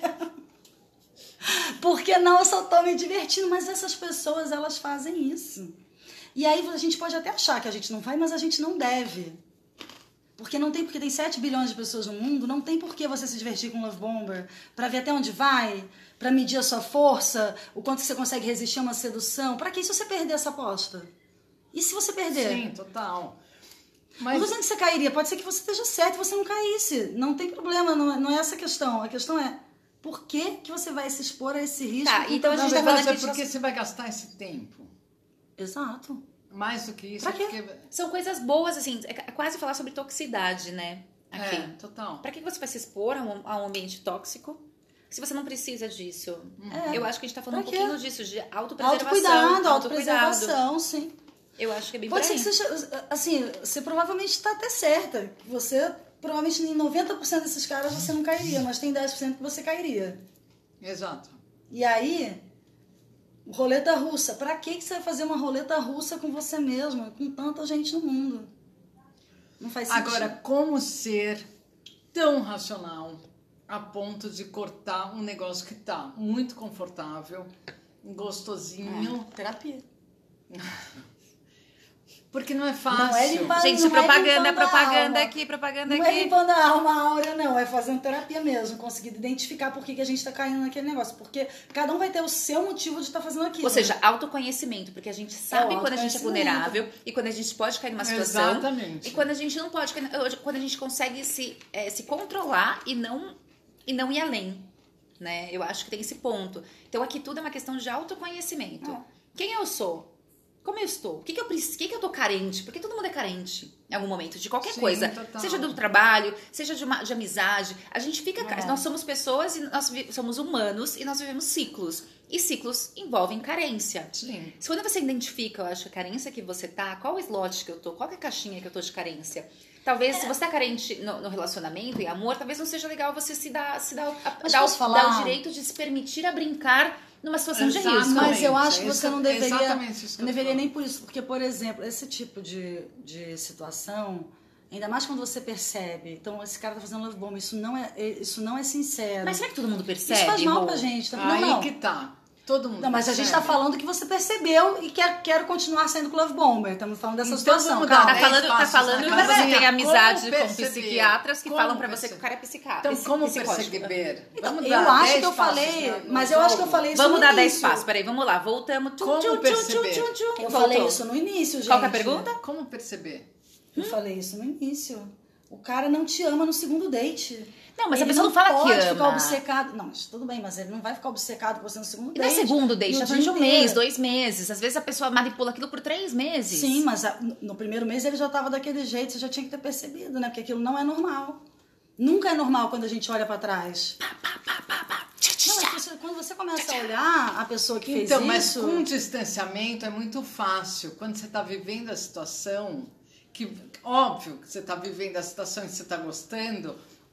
Porque não, eu só tô me divertindo. Mas essas pessoas, elas fazem isso. E aí a gente pode até achar que a gente não vai, mas a gente não deve. Porque não tem, porque tem sete bilhões de pessoas no mundo, não tem por que você se divertir com um love bomber pra ver até onde vai, pra medir a sua força, o quanto você consegue resistir a uma sedução. Pra que se você perder essa aposta? E se você perder? Sim, total. Não Mas tô dizendo que você cairia, pode ser que você esteja certo e você não caísse. Não tem problema, não é, não é essa a questão. A questão é, por que, que você vai se expor a esse risco? Tá, com então a tanta gente tá verdade? falando mas é aqui porque você vai gastar esse tempo. Exato. Mais do que isso. Pra quê? é porque... São coisas boas, assim, é quase falar sobre toxicidade, né? Aqui. É, total. Pra que você vai se expor a um, a um ambiente tóxico se você não precisa disso? É. Eu acho que a gente tá falando um Pra quê? pouquinho disso, de autopreservação. Autocuidado, autocuidado. autopreservação, sim. Eu acho que é bem Pode por ser aí. que seja, assim, você provavelmente está até certa. Você, provavelmente, em noventa por cento desses caras você não cairia, mas tem dez por cento que você cairia. Exato. E aí, roleta russa. Pra que que você vai fazer uma roleta russa com você mesma, com tanta gente no mundo? Não faz sentido. Agora, como ser tão racional a ponto de cortar um negócio que tá muito confortável, gostosinho, É, terapia. porque não é fácil. Não é limpar- Gente, não é propaganda, limpando a propaganda alma. aqui, propaganda Não é aqui. limpando a alma áurea, não. É fazendo terapia mesmo. Conseguir identificar por que, que a gente tá caindo naquele negócio. Porque cada um vai ter o seu motivo de estar fazendo aquilo. Ou seja, autoconhecimento, porque a gente sabe É o quando a gente é autoconhecimento. vulnerável e quando a gente pode cair numa situação. Exatamente. E quando a gente não pode, quando a gente consegue se, é, se controlar e não, e não ir além. Né? Eu acho que tem esse ponto. Então aqui tudo é uma questão de autoconhecimento. É. Quem eu sou? Como eu estou? O que, que eu preciso? O que, que eu tô carente? Porque todo mundo é carente em algum momento, de qualquer Sim, coisa. total. Seja do trabalho, seja de, uma, de amizade. A gente fica. É. Nós somos pessoas e nós vi- somos humanos e nós vivemos ciclos. E ciclos envolvem carência. Sim. Se quando você identifica, eu acho, a carência que você tá, qual o slot que eu tô, qual que é a caixinha que eu tô de carência? Talvez, se você tá carente no, no relacionamento e amor, talvez não seja legal você se dar, se dar, a- Mas dar, posso o, falar? dar o direito de se permitir a brincar numa situação de Exatamente. risco. Mas eu acho que é você isso- não deveria, exatamente isso que não eu deveria falo. nem por isso, porque, por exemplo, esse tipo de, de situação, ainda mais quando você percebe, então esse cara tá fazendo love bomb, isso não é, isso não é sincero. Mas será que todo mundo percebe? isso faz mal Rô? pra gente, tá? Aí não, não. que tá. Todo mundo Não, mas a gente tá percebe. falando que você percebeu e quer, quero continuar sendo love bomber. Estamos falando dessa Então situação. vamos calma. dar Tá dez falando, tá passos falando na que você casinha. tem amizade Como com perceber? psiquiatras que Como falam pra você perceber? que o cara é psiquiatra. Então, psi- como psicótico. perceber? Então, Vamos eu dar acho dez que eu passos falei, no- no mas eu acho que eu jogo? falei isso Vamos no dar dez início. passos, peraí, vamos lá, voltamos. Tchum, Como tchum, tchum, perceber? tchum, tchum, tchum. Eu Voltou. falei isso no início, gente. Qual que é a pergunta? Como perceber? Eu falei isso no início. O cara não te ama no segundo date. Não, mas a Ele pessoa não fala que pode ama. ficar obcecado. Não, mas tudo bem, mas ele não vai ficar obcecado com você no segundo E não é date. segundo date, no tá falando de dia um inteiro. mês, dois meses. Às vezes a pessoa manipula aquilo por três meses. Sim, mas a- no- no primeiro mês ele já tava daquele jeito, você já tinha que ter percebido, né? Porque aquilo não é normal. Nunca é normal quando a gente olha pra trás. Não, mas você- quando você começa a olhar a pessoa que fez Então, mas isso... com distanciamento é muito fácil. Quando você está vivendo a situação, que óbvio que você está vivendo a situação e você está gostando,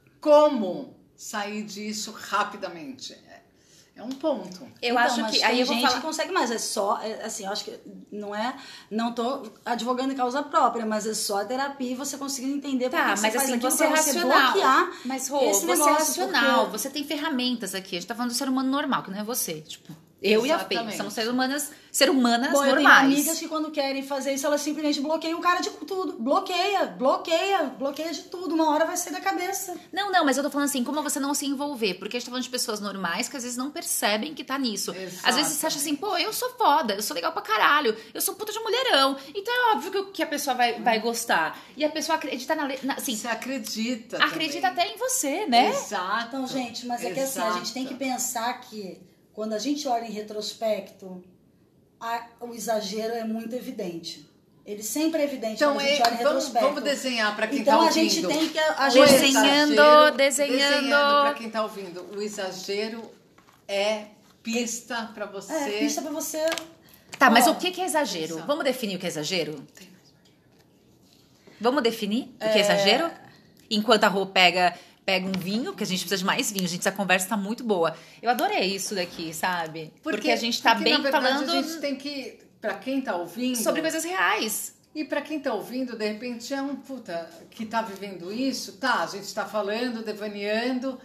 como sair disso rapidamente? É, é um ponto. Eu Então, acho mas que. tem Aí eu vou gente falar. que consegue mais, é só, é, assim, eu acho que não é, não tô advogando em causa própria, mas é só a terapia e você conseguir entender por que Tá, que mas você faz assim, aquilo você é pra você racional. bloquear Mas, Rô, esse você é negócio, racional. porque- Você tem ferramentas aqui. A gente tá falando do ser humano normal, que não é você. Tipo, eu e a Fê. Exatamente. Somos seres humanas, ser humanas Bom, eu tenho normais. amigas que quando querem fazer isso, elas simplesmente bloqueiam o cara de tudo. Bloqueia, bloqueia, bloqueia de tudo. Uma hora vai sair da cabeça. Não, não, mas eu tô falando assim, como você não se envolver? Porque a gente tá falando de pessoas normais que às vezes não percebem que tá nisso. Às vezes você acha assim, pô, eu sou foda, eu sou legal pra caralho, eu sou puta de mulherão. Então é óbvio que, que a pessoa vai, vai gostar. E a pessoa acredita na... le- na assim, Você acredita acredita também. até em você, né? Exato. Então, gente, mas é que assim, a gente tem que pensar que quando a gente olha em retrospecto, a- o exagero é muito evidente. Ele sempre é evidente Então, quando a gente é, olha em vamos, retrospecto. vamos desenhar para quem Então, tá a gente ouvindo. tem que... A O gente, Desenhando, exagero- desenhando. para quem tá ouvindo. O exagero é pista para você. É, pista pra você... Tá, mas Ó, o que que é exagero? Exato. Vamos definir o que é exagero? Vamos definir o que é exagero? Enquanto a Rô pega, pega um vinho, porque a gente precisa de mais vinho, gente, essa conversa tá muito boa. Eu adorei isso daqui, sabe? Porque, a gente tá porque, bem na verdade, falando a gente tem que, para quem tá ouvindo, sobre coisas reais. e para quem tá ouvindo, de repente é um puta que tá vivendo isso, tá, a gente tá falando, devaneando,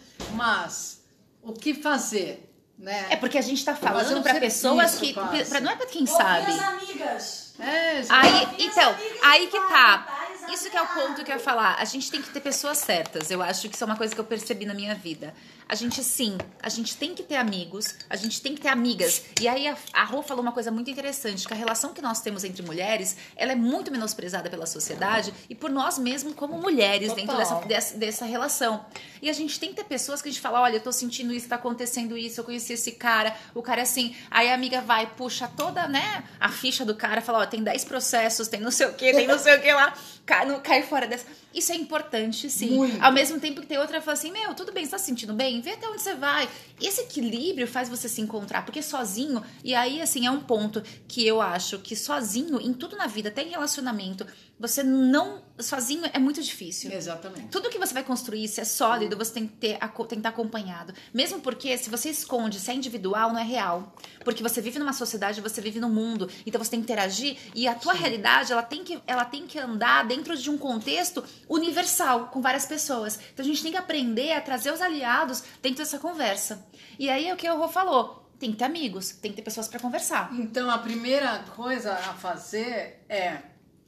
mas o que fazer, né? É porque a gente tá Fazer falando um pra serviço, pessoas que... quase. Pra, não é pra quem Ouvir sabe. as amigas. É, gente, Aí, Ouvir as então, amigas aí que que falam, tá. tá Isso que é o exagerado. ponto que eu ia falar. A gente tem que ter pessoas certas. Eu acho que isso é uma coisa que eu percebi na minha vida. A gente, sim, a gente tem que ter amigos, a gente tem que ter amigas. E aí a, a Rô falou uma coisa muito interessante, que a relação que nós temos entre mulheres, ela é muito menosprezada pela sociedade e por nós mesmos como mulheres dentro dessa, Total. dessa, dessa relação. E a gente tem que ter pessoas que a gente fala, olha, eu tô sentindo isso, tá acontecendo isso, eu conheci esse cara, o cara é assim. Aí a amiga vai, puxa toda, né, a ficha do cara, fala, ó, tem dez processos, tem não sei o que, tem não sei o que lá, cai, não, cai fora dessa. Isso é importante, sim. Muito. Ao mesmo tempo que tem outra que fala assim, meu, tudo bem, você tá se sentindo bem? Vê até onde você vai. E esse equilíbrio faz você se encontrar, porque sozinho, e aí, assim, é um ponto que eu acho que sozinho, em tudo na vida, até em relacionamento, você não... Sozinho é muito difícil. exatamente. Tudo que você vai construir, se é sólido, você tem que, ter, aco- tem que estar acompanhado. Mesmo porque, se você esconde, se é individual, não é real. Porque você vive numa sociedade, você vive no mundo. Então, você tem que interagir. E a tua realidade, ela tem, que, ela tem que andar dentro de um contexto universal, com várias pessoas. Então, a gente tem que aprender a trazer os aliados dentro dessa conversa. E aí, é o que o Rô falou. Tem que ter amigos, tem que ter pessoas pra conversar. Então, a primeira coisa a fazer é...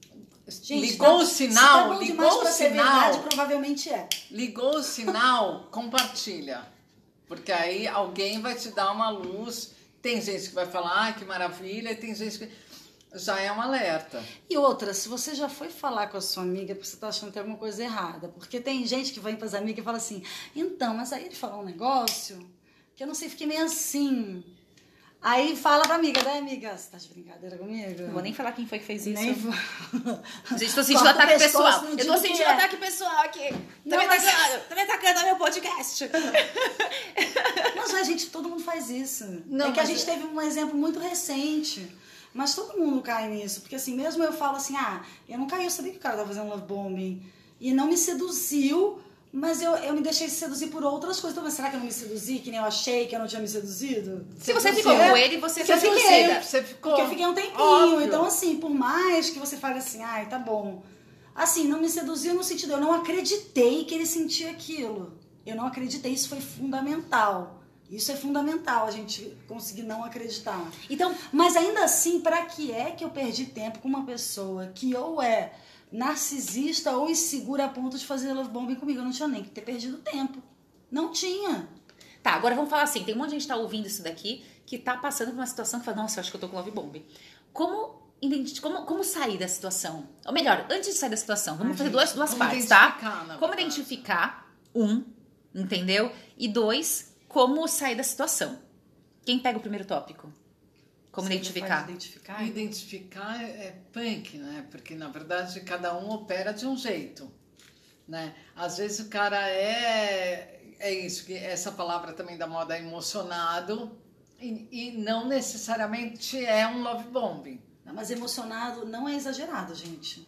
Gente, ligou tá- o se tá sinal, bom demais ligou o pra ser sinal, verdade, provavelmente é. ligou o sinal, compartilha. Porque aí alguém vai te dar uma luz. Tem gente que vai falar, ah, que maravilha, e tem gente que... Já é um alerta. E outra, se você já foi falar com a sua amiga porque você tá achando que tem alguma coisa errada, porque tem gente que vai pras amigas e fala assim, então, mas aí ele falou um negócio que eu não sei, fiquei meio assim. Aí fala pra amiga, né, amiga? Você tá de brincadeira comigo? Não vou nem falar quem foi que fez isso. Nem vou. Gente, tô sentindo Corta o ataque pescoço, pessoal. não Eu digo tô que sentindo é. ataque pessoal aqui. Tá Não, me mas- atacando, tá me atacando no meu podcast. Mas a gente, todo mundo faz isso. Não, é que a mas gente é- teve um exemplo muito recente. Mas todo mundo cai nisso. Porque assim, mesmo eu falo assim, ah, eu não caí, eu sabia que o cara tava fazendo love bombing. E não me seduziu, mas eu, eu me deixei seduzir por outras coisas. Então, mas será que eu não me seduzi? Que nem eu achei que eu não tinha me seduzido? Se você Você- ficou com ele, você Porque eu foi fiquei, seduzida. Você ficou. Porque eu fiquei um tempinho. Óbvio. Então, assim, por mais que você fale assim, ai, tá bom. Assim, não me seduziu no sentido, eu não acreditei que ele sentia aquilo. Eu não acreditei, isso foi fundamental. Isso é fundamental, a gente conseguir não acreditar. Então, Mas ainda assim, pra que é que eu perdi tempo com uma pessoa que ou é narcisista ou insegura a ponto de fazer love bombing comigo? Eu não tinha nem que ter perdido tempo. Não tinha. tá, agora vamos falar assim. Tem um monte de gente que tá ouvindo isso daqui que tá passando por uma situação que fala, nossa, eu acho que eu tô com love bomb. Como, identi- como, como sair da situação? Ou melhor, antes de sair da situação, vamos Ai, fazer gente, duas, duas como partes, tá? identificar, na Como verdade. identificar, um, entendeu? E dois, como sair da situação. Quem pega o primeiro tópico? Como Você identificar? faz identificar? Identificar é punk, né? Porque, na verdade, cada um opera de um jeito, né? Às vezes o cara é... É isso, que essa palavra também da moda é emocionado e, e não necessariamente é um love bombing. Não, mas emocionado não é exagerado, gente.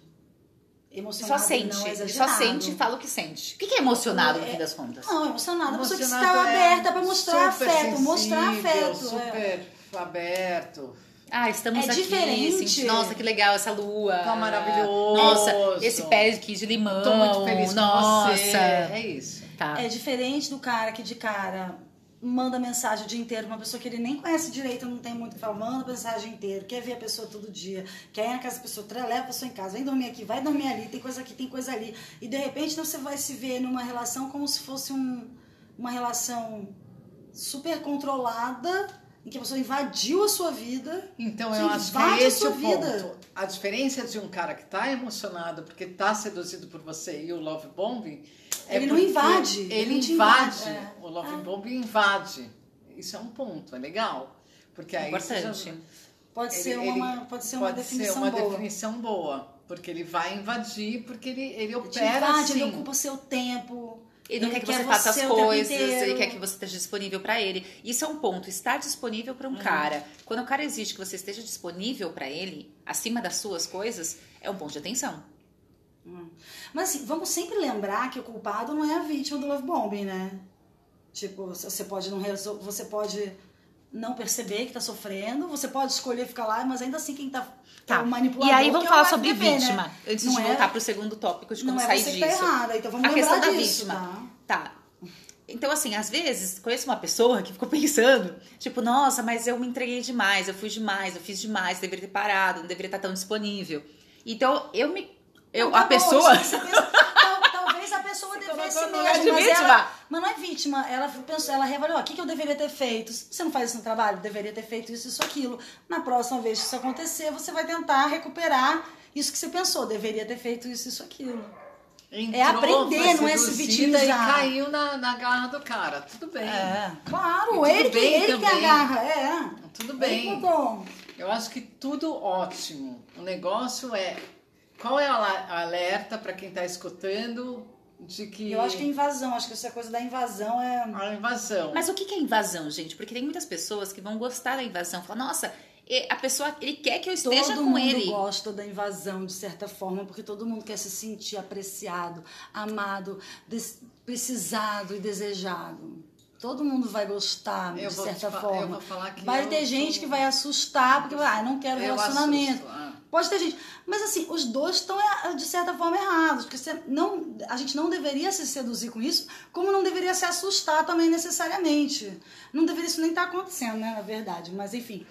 Só Emocionado sente, não é ele só exagerado. sente e fala o que sente. O que que é emocionado, no É- fim das contas? Não, emocionado. A pessoa que Emocionado está é aberta pra mostrar super afeto. Mostrar sensível, afeto. super é. aberto. Ah, estamos É aqui, diferente. senti- nossa, que legal essa lua. Tá maravilhoso. Nossa, esse pé aqui de limão. Tô muito feliz nossa. com você. É isso. Tá. É diferente do cara que de cara manda mensagem o dia inteiro pra uma pessoa que ele nem conhece direito, não tem muito o que falar, manda mensagem inteiro, quer ver a pessoa todo dia, quer ir na casa da pessoa, tra- leva a pessoa em casa, vem dormir aqui, vai dormir ali, tem coisa aqui, tem coisa ali. E de repente você vai se ver numa relação como se fosse um, uma relação super controlada, em que a pessoa invadiu a sua vida. Então Você eu acho que invade é a esse sua o ponto. vida. A diferença de um cara que tá emocionado porque tá seduzido por você e o love bombing é Ele não porque invade, Ele, ele não te invade. invade, é. O love Ah. bombing invade. Isso é um ponto, é legal. Porque aí você já- Importante. Pode ser ele- uma, ele- pode ser uma pode definição ser uma boa. definição boa. Porque ele vai invadir, porque ele, ele Ele te opera invade, assim. ele ocupa seu tempo. Ele não quer que você faça as você o tempo coisas, inteiro. ele quer que você esteja disponível pra ele. Isso é um ponto, estar disponível pra um cara. Quando o cara exige que você esteja disponível pra ele, acima das suas coisas, é um ponto de atenção. Hum. Mas assim, vamos sempre lembrar que o culpado não é a vítima do love bombing, né? Tipo, você pode não resol... você pode não perceber que tá sofrendo, você pode escolher ficar lá, mas ainda assim quem tá, Tá. o manipulador. E aí vamos que é o falar F sobre T P, vítima, né? antes Não de é- voltar pro segundo tópico de como Não é sair você que disso. tá errada, então vamos A questão lembrar da disso, vítima. tá? Tá. Então, assim, às vezes, conheço uma pessoa que ficou pensando, tipo, nossa, mas eu me entreguei demais, eu fui demais, eu fiz demais, deveria ter parado, não deveria estar tão disponível. Então, eu me... Eu, Não, tá a bom, isso isso que você pensa- tal- talvez a pessoa Se devesse colocou no mesmo, lugar de mas vítima. ela, mas não é vítima. Ela pensou, ela reavaliou, o que, que eu deveria ter feito? Se você não faz isso no trabalho, deveria ter feito isso, isso, aquilo. Na próxima vez que isso acontecer, você vai tentar recuperar isso que você pensou, deveria ter feito isso, isso, aquilo. Entrou, É aprender, foi não é se seduzida vitimizar. E caiu na, na garra do cara. Tudo bem. É, claro, E tudo ele, que, bem ele que também. agarra, é. Tudo Ele bem. botou. Eu acho que tudo ótimo. O negócio é qual é a alerta para quem está escutando de que Eu acho que é invasão, acho que essa coisa da invasão é... a invasão. Mas o que que é invasão, gente? Porque tem muitas pessoas que vão gostar da invasão. Falar, nossa, e- a pessoa, ele quer que eu esteja Todo com mundo ele. gosta da invasão, de certa forma, porque todo mundo quer se sentir apreciado, amado, des- precisado e desejado. Todo mundo vai gostar, Eu de vou te certa fa- forma. eu vou falar que vai eu ter gente sou- que vai assustar, porque vai, ah, não quero Eu relacionamento. assusto, ah. Pode ter gente. Mas assim, os dois estão, de certa forma, errados. Porque você não, a gente não deveria se seduzir com isso, como não deveria se assustar também necessariamente. Não deveria isso nem estar acontecendo, né? Na verdade. Mas enfim.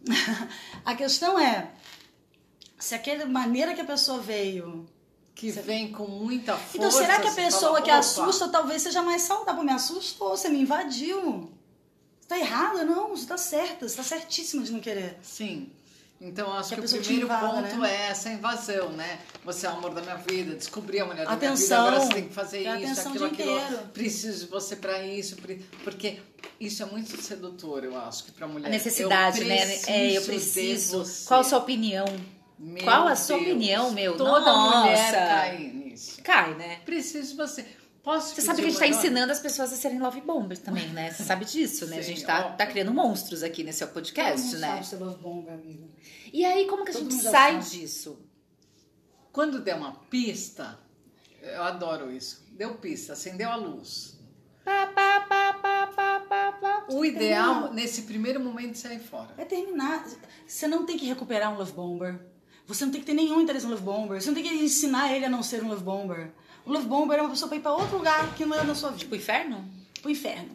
A questão é, se aquela maneira que a pessoa veio... que vem com muita força. Então, será que a você pessoa fala, que "Opa, assusta talvez seja mais saudável? Me assustou, você me invadiu. Você tá errada? Não, você tá certa, você tá certíssima de não querer. Sim. Então, eu acho Que a que, o pessoa te primeiro invada, ponto né? é essa invasão, né? Você é o amor da minha vida, descobri a mulher da Atenção. minha vida, agora você tem que fazer Tem isso, atenção aquilo, o dia aquilo. inteiro. Preciso de você pra isso, pre- porque isso é muito sedutor, eu acho, que pra mulher. A necessidade, eu né? É, eu de preciso. você. Qual a sua opinião? Meu Qual a sua Deus, opinião, meu? Toda Nossa. mulher cai nisso. Cai, né? Preciso de você. Posso Você sabe que a pedir gente tá uma nota? ensinando as pessoas a serem love bombers também, né? Você sabe disso, né? A Sim, gente tá, óbvio. tá criando monstros aqui nesse podcast, Todo mundo né? sabe ser love bomb, amiga. E aí, como que a Todo gente mundo já sai sabe. disso? Quando der uma pista, eu adoro isso. Deu pista, acendeu a luz. Pá, pá, pá, pá, pá, pá, pá. O ideal, nesse primeiro momento, é sair fora. É terminar. Você não tem que recuperar um love bomber. Você não tem que ter nenhum interesse no love bomber. Você não tem que ensinar ele a não ser um love bomber. O love bomber é uma pessoa pra ir pra outro lugar que não é da sua vida. Tipo, inferno? Pro inferno.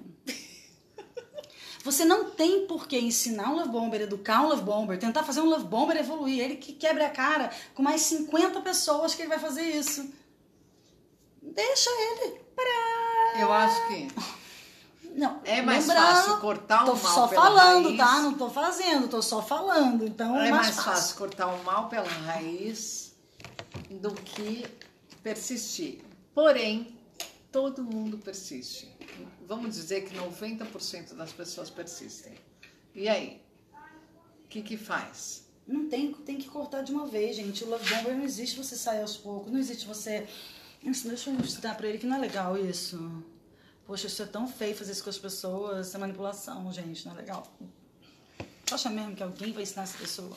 Você não tem por que ensinar um love bomber, educar um love bomber, tentar fazer um love bomber evoluir. Ele que quebra a cara com mais cinquenta pessoas que ele vai fazer isso. Deixa ele. Pará. Eu acho que Não, é mais lembrando, fácil cortar o tô mal só pela falando, raiz. tá? Não tô fazendo, tô só falando. Então É é mais mais fácil fácil. cortar o mal pela raiz do que persistir. Porém, todo mundo persiste. Vamos dizer que noventa por cento das pessoas persistem. E aí? O que que faz? Não tem, tem que cortar de uma vez, gente. O love bomber não existe você sair aos poucos. Não existe você... Isso, deixa eu ensinar pra ele que não é legal isso. Poxa, isso é tão feio fazer isso com as pessoas. Isso é manipulação, gente. Não é legal. Você acha mesmo que alguém vai ensinar essa pessoa?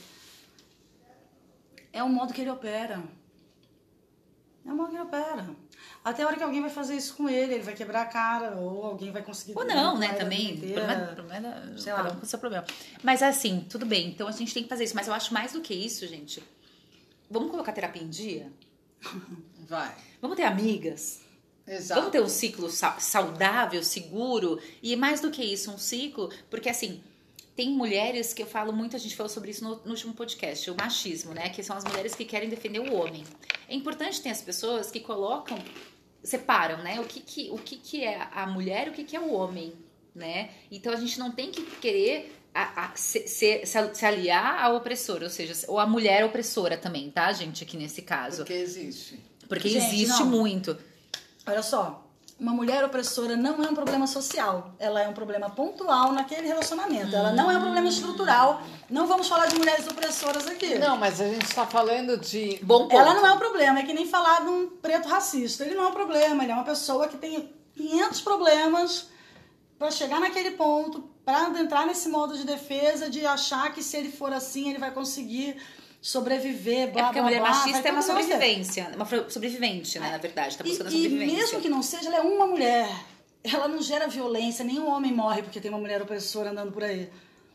É o modo que ele opera. É o modo que ele opera. Até a hora que alguém vai fazer isso com ele, ele vai quebrar a cara, ou alguém vai conseguir... Ou não, né? manipular ele a Também. vida Problema, inteira. problema, Sei cada lá. um com o seu problema. Mas assim, tudo bem. Então a gente tem que fazer isso. Mas eu acho mais do que isso, gente. Vamos colocar terapia em dia? Vai. Vamos ter amigas? Exato. Vamos ter um ciclo sa- saudável, seguro? E mais do que isso, um ciclo... Porque assim... Tem mulheres que eu falo muito, a gente falou sobre isso no, no último podcast, o machismo, né? Que são as mulheres que querem defender o homem. É importante ter as pessoas que colocam, separam, né? O que, que, o que, que é a mulher e o que, que é o homem, né? Então a gente não tem que querer a, a, se, se, se aliar à opressora, ou seja, ou a mulher opressora também, tá, gente? Aqui nesse caso. Porque existe. Porque Gente, existe não. muito. Olha só, uma mulher opressora não é um problema social. Ela é um problema pontual naquele relacionamento. Ela não é um problema estrutural. Não vamos falar de mulheres opressoras aqui. Não, mas a gente está falando de... Bom ponto. Ela não é um problema. É que nem falar de um preto racista. Ele não é um problema. Ele é uma pessoa que tem quinhentos problemas para chegar naquele ponto, para entrar nesse modo de defesa, de achar que se ele for assim, ele vai conseguir sobreviver, blá, É porque a blá, mulher blá, machista vai é uma todo mundo ser. sobrevivência. Uma fro- sobrevivente, né? Na verdade. Tá buscando a E, e sobrevivência. mesmo que não seja, ela é uma mulher. Ela não gera violência, nenhum homem morre porque tem uma mulher opressora andando por aí.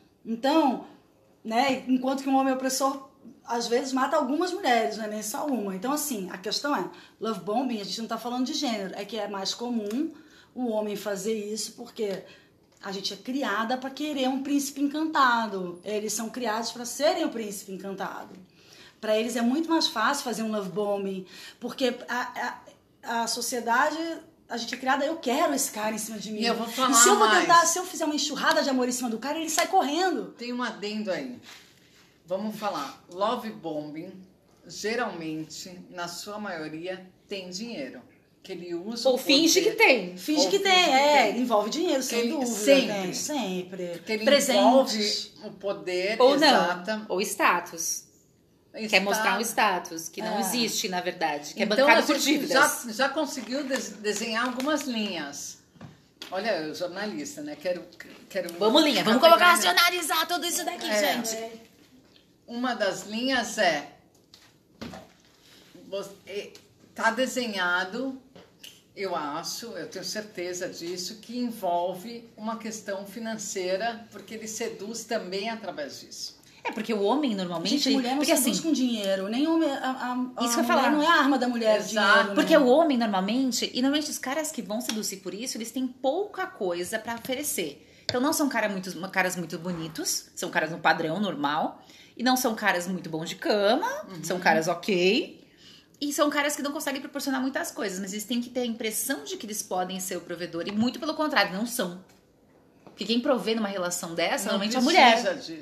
Então, né, enquanto que um homem opressor às vezes mata algumas mulheres, não é nem só uma. Então, assim, a questão é, love bombing, a gente não tá falando de gênero, é que é mais comum o homem fazer isso porque a gente é criada para querer um príncipe encantado. Eles são criados para serem o príncipe encantado. Para eles é muito mais fácil fazer um love bombing, porque a, a, a sociedade, a gente é criada, eu quero esse cara em cima de mim. E eu vou falar E se eu vou mais. tentar, se eu fizer uma enxurrada de amor em cima do cara, ele sai correndo. Tem um adendo aí. Vamos falar. Love bombing, geralmente, na sua maioria, tem dinheiro. Que ele usa Ou o finge poder- que tem. Finge Ou que finge tem, que é, tem. envolve dinheiro, sem Ele- dúvida. sempre. Tem, sempre. Porque ele Presentes. envolve o poder Ou não. exata. Ou status. Quer mostrar um status que não É. existe, na verdade. Que é Então, bancado a por gente dívidas. já, já conseguiu des- desenhar algumas linhas. Olha, eu jornalista, né? Quero, quero Vamos, linha. Vamos colocar, racionalizar tudo isso daqui, É. gente. Uma das linhas é, você- tá desenhado, eu acho, eu tenho certeza disso, que envolve uma questão financeira, porque ele seduz também através disso. É, porque o homem normalmente... Gente, mulher não porque, seduz assim, com dinheiro. Nem homem, a, a, Isso a que eu ia mulher falar. não é a arma da mulher, o Exato. dinheiro. Porque né? o homem, normalmente... E normalmente os caras que vão seduzir por isso, eles têm pouca coisa pra oferecer. Então não são cara muito, caras muito bonitos. São caras no padrão, normal. E não são caras muito bons de cama. São caras ok. E são caras que não conseguem proporcionar muitas coisas. Mas eles têm que ter a impressão de que eles podem ser o provedor. E muito pelo contrário, não são. Porque quem provê numa relação dessa, Não normalmente é a mulher. precisa disso.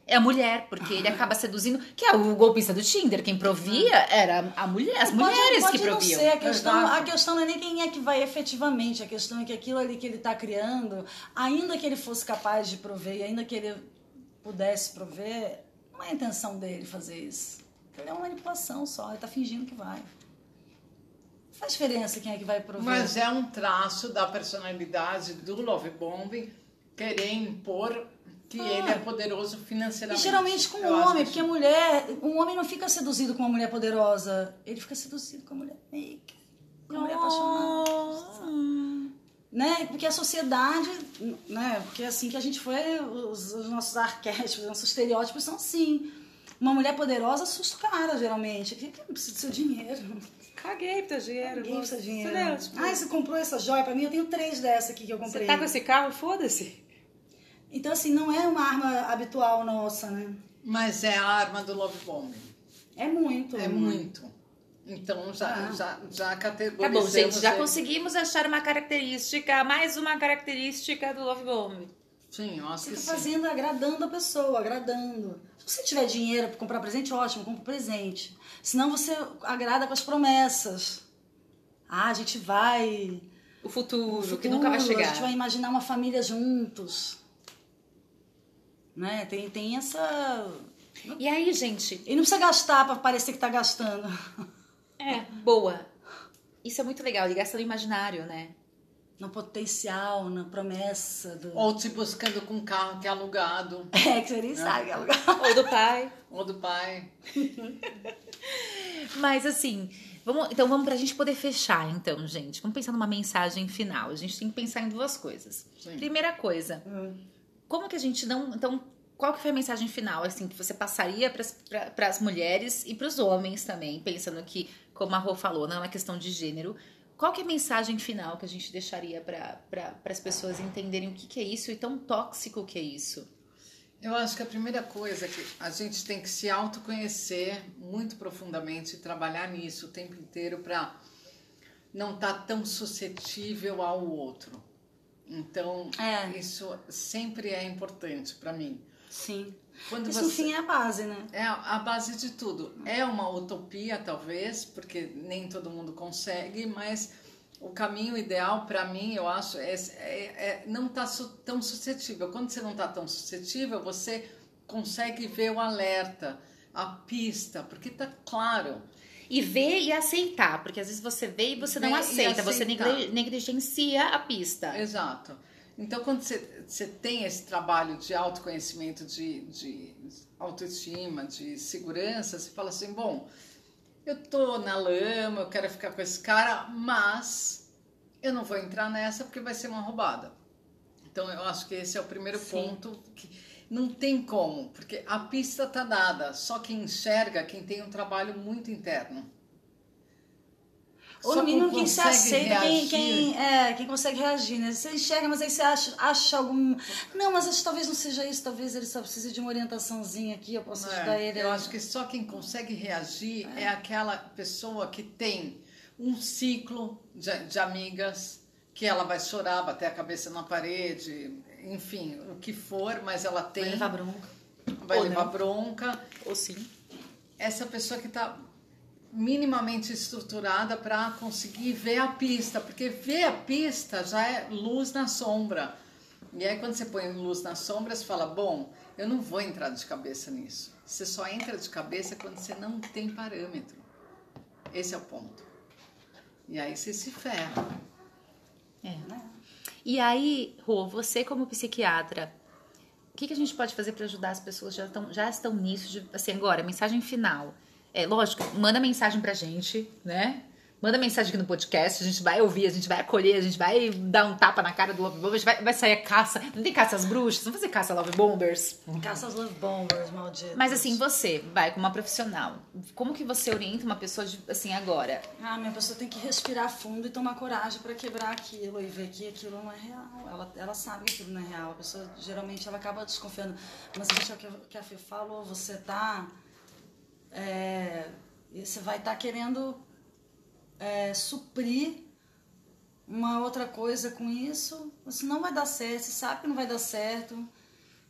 é a mulher, porque ele acaba seduzindo, que é o golpista do Tinder, quem provia era a mulher, as Pode- mulheres pode que não proviam. ser, a questão, Exato. a questão não é nem quem é que vai efetivamente, a questão é que aquilo ali que ele está criando, ainda que ele fosse capaz de prover, e ainda que ele pudesse prover, não é a intenção dele fazer isso. Ele é uma manipulação só, ele está fingindo que vai. Não faz diferença quem é que vai prover. Mas é um traço da personalidade do love bombing querer impor que Ah. ele é poderoso E financeiramente. geralmente com Eu um acho homem, que porque a mulher, um homem não fica seduzido com uma mulher poderosa, ele fica seduzido com a mulher meca, com a mulher apaixonada. Né? Porque a sociedade, né? Porque é assim que a gente foi, os, os nossos arquétipos, os nossos estereótipos são assim. Uma mulher poderosa assusta o cara, geralmente. Que não precisa do seu dinheiro. Caguei pro teu dinheiro. Caguei pro seu dinheiro. Entendeu? Tipo, Ah, você comprou essa joia pra mim? Eu tenho três dessa aqui que eu comprei. você tá com esse carro? Foda-se. Então, assim, não é uma arma habitual nossa, né? Mas é a arma do love bombing. É muito. É muito. Então já, Ah. já, já Tá categorizamos. bom, gente, já ele. conseguimos achar uma característica, mais uma característica do Love Bomb. Sim, eu acho Você que tá sim. fazendo, agradando a pessoa, agradando. Se você tiver dinheiro para comprar presente, ótimo, compra presente. Senão você agrada com as promessas. Ah, a gente vai... O futuro, no que nunca vai futuro, chegar. A gente vai imaginar uma família juntos. Né? Tem, tem essa... E aí, gente, E não precisa gastar para parecer que tá gastando. é, boa. Isso é muito legal, ele gasta no imaginário, né? No potencial, na promessa do... Ou te buscando com um carro que é alugado. É, que você nem sabe que é lugar. Ou do pai. Ou do pai. Mas assim, vamos, então vamos pra gente poder fechar, então, gente. Vamos pensar numa mensagem final. A gente tem que pensar em duas coisas. Sim. Primeira coisa, como que a gente não... Então, qual que foi a mensagem final, assim, que você passaria para as mulheres e para os homens também, pensando que, como a Rô falou, não é uma questão de gênero. Qual que é a mensagem final que a gente deixaria para pra, as pessoas entenderem o que, que é isso e tão tóxico que é isso? Eu acho que a primeira coisa é que a gente tem que se autoconhecer muito profundamente e trabalhar nisso o tempo inteiro para não estar tão suscetível ao outro. Então, É. isso sempre é importante para mim. Sim. Quando Isso, você... no fim, é a base, né? É a base de tudo. É uma utopia, talvez, porque nem todo mundo consegue, mas o caminho ideal, para mim, eu acho, é, é, é não estar tá su- tão suscetível. Quando você não está tão suscetível, você consegue ver o alerta, a pista, porque está claro. E ver e aceitar, porque às vezes você vê e você não Ver e aceita, você aceitar. negli- negligencia a pista. Exato. Então, quando você, você tem esse trabalho de autoconhecimento, de, de autoestima, de segurança, você fala assim, bom, eu tô na lama, eu quero ficar com esse cara, mas eu não vou entrar nessa porque vai ser uma roubada. Então, eu acho que esse é o primeiro Sim. ponto que não tem como, porque a pista tá dada, só quem enxerga, quem tem um trabalho muito interno. Ou Só no mínimo quem se consegue aceita, quem, reagir. quem, é, quem consegue reagir, né? Você enxerga, mas aí você acha, acha algum... Não, mas acho que talvez não seja isso, talvez ele só precise de uma orientaçãozinha aqui, eu posso É, ajudar ele. eu acho que só quem consegue reagir é, aquela pessoa que tem um ciclo de, de amigas, que ela vai chorar, bater a cabeça na parede, enfim, o que for, mas ela tem... Vai levar bronca. vai Ou levar não. bronca. Ou sim. Essa pessoa que está minimamente estruturada para conseguir ver a pista, porque ver a pista já é luz na sombra. E aí quando você põe luz na sombra, você fala, bom, eu não vou entrar de cabeça nisso. Você só entra de cabeça quando você não tem parâmetro. Esse é o ponto. E aí você se ferra. É. E aí, Rô, você como psiquiatra, o que, que a gente pode fazer para ajudar as pessoas que já estão, já estão nisso? De, assim, agora, mensagem final. É, lógico, manda mensagem pra gente, né? Manda mensagem aqui no podcast, a gente vai ouvir, a gente vai acolher, a gente vai dar um tapa na cara do Love Bombers, vai, vai sair a caça. Não tem caça às bruxas, não vai fazer caça a Love Bombers. Caça aos love bombers, maldito. Mas assim, você vai como uma profissional. Como que você orienta uma pessoa de, assim, agora? Ah, minha pessoa tem que respirar fundo e tomar coragem pra quebrar aquilo e ver que aquilo não é real. Ela, ela sabe que aquilo não é real. A pessoa, geralmente, ela acaba desconfiando. Mas a gente, é o que- que a Fê falou, você tá... É, você vai estar querendo é, suprir uma outra coisa com isso. Isso não vai dar certo, você sabe que não vai dar certo.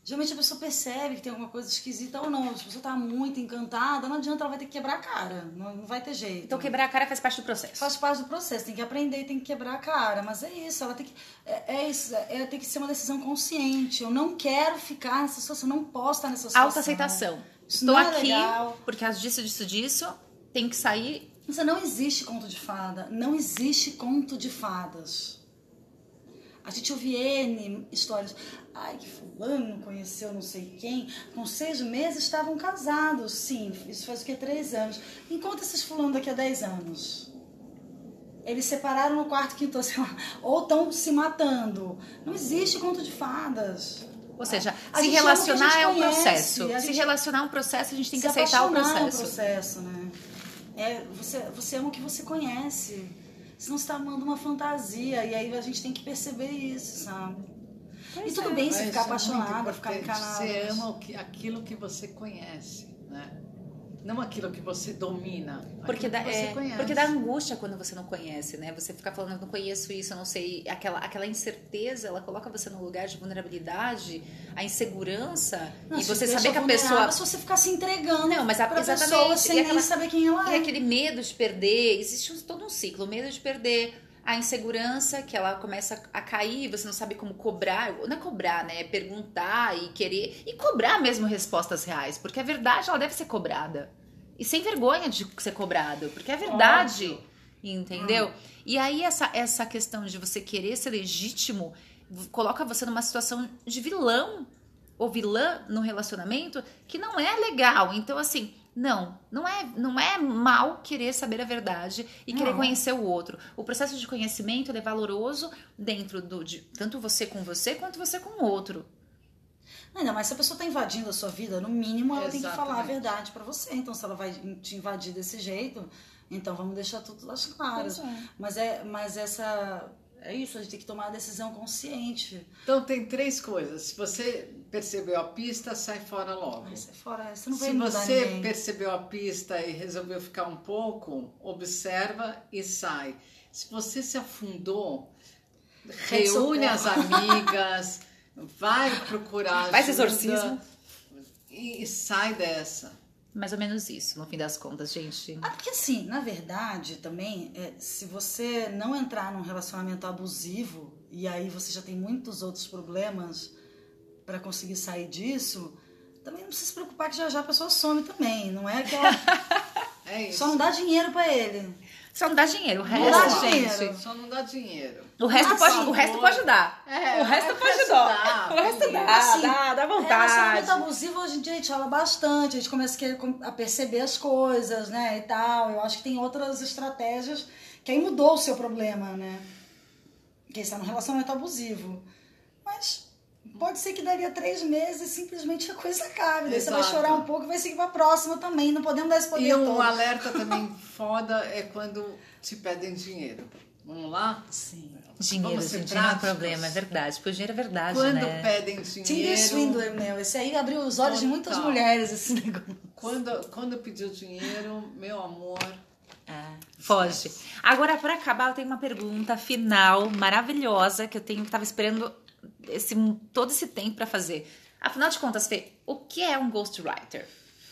Geralmente a pessoa percebe que tem alguma coisa esquisita ou não. Se a pessoa tá muito encantada, não adianta, ela vai ter que quebrar a cara. Não, não vai ter jeito. Então quebrar a cara faz parte do processo. Faz parte do processo, tem que aprender e tem que quebrar a cara. Mas é isso, ela tem que. É, é isso, é, tem que ser uma decisão consciente. Eu não quero ficar nessa situação, não posso estar nessa situação. Autoaceitação. Isso Estou não é aqui legal. por causa disso, disso, disso. Tem que sair. Mas não existe conto de fada. Não existe conto de fadas. A gente ouve N histórias. Ai, que fulano conheceu não sei quem. Com seis meses estavam casados. Sim, isso faz o quê? Três anos. Encontra esses fulano daqui a dez anos. Eles separaram no quarto, quinto, sei lá. Ou estão se matando. Não existe conto de fadas. Ou seja, A se gente ama o que a relacionar gente é um conhece, processo. a Se gente- relacionar é um processo, a gente tem que Se aceitar o apaixonar é um processo. processo, né? É, você, você ama o que você conhece. Senão você está amando uma fantasia. E aí a gente tem que perceber isso, sabe? E tudo bem você Mas ficar isso é muito apaixonada, ficar importante. encanada. Você ama o que, aquilo que você conhece, né? Não aquilo que você domina. Porque aquilo dá, que você é, conhece. porque dá angústia quando você não conhece, né? Você fica falando, eu não conheço isso, eu não sei. Aquela, aquela incerteza, ela coloca você num lugar de vulnerabilidade, a insegurança, Não, e se você deixa saber que a vulnerável pessoa. se você ficar se entregando Não, mas a- pra exatamente. pessoa sem E nem aquela- saber quem ela E é. aquele medo de perder, existe um- todo um ciclo, o medo de perder. A insegurança, que ela começa a cair, você não sabe como cobrar, não é cobrar, né? É perguntar e querer, e cobrar mesmo respostas reais, porque a verdade ela deve ser cobrada. E sem vergonha de ser cobrado, porque é verdade, Óbvio. entendeu? E aí essa, essa questão de você querer ser legítimo coloca você numa situação de vilão ou vilã no relacionamento que não é legal. Então, assim, não, não é, não é mal querer saber a verdade e querer Não. conhecer o outro. O processo de conhecimento ele é valoroso dentro do, de tanto você com você quanto você com o outro. Ainda mais se a pessoa está invadindo a sua vida, no mínimo ela tem que falar a Exatamente. verdade pra você. Então, se ela vai te invadir desse jeito, então vamos deixar tudo às claras. Pois é. Mas é, mas essa é isso, a gente tem que tomar a decisão consciente. Então tem três coisas. Se você percebeu a pista, sai fora logo. Mas sai fora, você não vai Se mudar você ninguém. percebeu a pista e resolveu ficar um pouco, observa e sai. Se você se afundou, Pede reúne as socorro. amigas, vai procurar Faz ajuda exorcismo. e, e sai dessa. Mais ou menos isso, no fim das contas, gente. Ah, porque assim, na verdade, também, é, se você não entrar num relacionamento abusivo, e aí você já tem muitos outros problemas pra conseguir sair disso, também não precisa se preocupar que já já a pessoa some também. Não é que ela É isso. só não dá dinheiro pra ele. Só não dá dinheiro, o Não resto, dá gente. dinheiro. Só não dá dinheiro. O resto, Ah, pode, sim. o resto pode dar. É, o resto o pode resto dar. dá, O resto beleza. dá, Assim, dá, dá Relacionamento vontade. abusivo hoje em dia a gente fala bastante, a gente começa a, querer, a perceber as coisas, né, e tal. Eu acho que tem outras estratégias que aí mudou o seu problema, né? Quem está no relacionamento abusivo. Mas pode ser que daria três meses e simplesmente a coisa acabe. Daí você vai Exato. chorar um pouco e vai seguir pra próxima também. Não podemos dar esse poder E um todo. alerta também foda é quando te pedem dinheiro. Vamos lá? Sim. Dinheiro, Vamos ser gente, não é um práticos. problema, é verdade. Porque o dinheiro é verdade, Quando né? pedem Tinder dinheiro. Swindler, meu. Esse aí abriu os olhos de muitas Total. mulheres, esse negócio. Quando, quando pediu dinheiro, meu amor. É, foge. Agora, para acabar, eu tenho uma pergunta final maravilhosa que eu tenho que tava esperando esse, todo esse tempo para fazer. Afinal de contas, Fê, o que é um ghostwriter?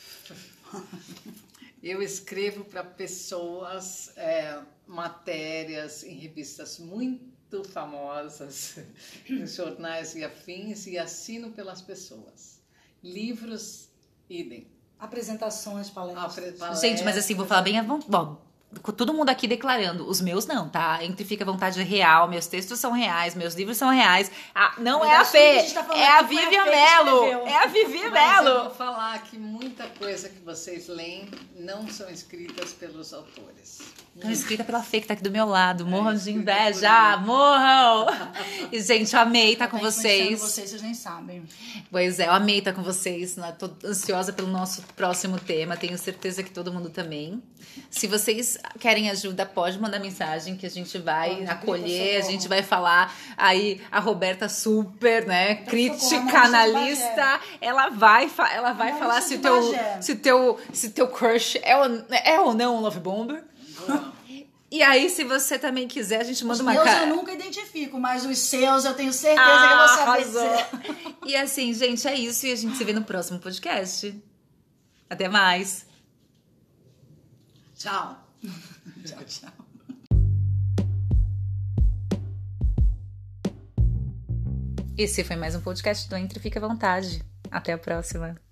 Eu escrevo para pessoas é, matérias em revistas muito famosas, em jornais e afins, e assino pelas pessoas. Livros, idem. Apresentações, palestras. Apre- Gente, mas assim, vou falar bem a vontade. Bom, com todo mundo aqui declarando. Os meus não, tá? Entre Fica à Vontade é real, meus textos são reais, meus livros são reais. Ah, não é a Mas tudo que a Fê, gente tá falando é a aqui foi a Vivian Fê que Mello. escreveu. É a Vivi Mas eu Mello. vou falar que muita coisa que vocês leem não são escritas pelos autores. Tá escrita pela Fê, que tá aqui do meu lado. Morram de escrita inveja, por mim. morram! E, gente, eu amei estar Tá com influenciando vocês. vocês, vocês nem sabem. Pois é, eu amei estar com vocês. Né? Tô ansiosa pelo nosso próximo tema. Tenho certeza que todo mundo também. Se vocês querem ajuda, pode mandar mensagem que a gente vai Pode, acolher, grita a gente socorro. vai falar. Aí a Roberta super, né, Grita crítica, socorro, a Marisa de analista, ela vai, fa- ela vai Marisa falar de se o teu, Bagé. se teu, se teu crush é ou, é ou não um love bomber. Boa. E aí, se você também quiser, a gente manda Os uma meus cara. eu nunca identifico, mas os seus eu tenho certeza Ah, que eu vou saber arrasou. dizer. E assim, gente, é isso. E a gente se vê no próximo podcast. Até mais. Tchau. Tchau, tchau. Esse foi mais um podcast do Entre Fica à Vontade. Até a próxima.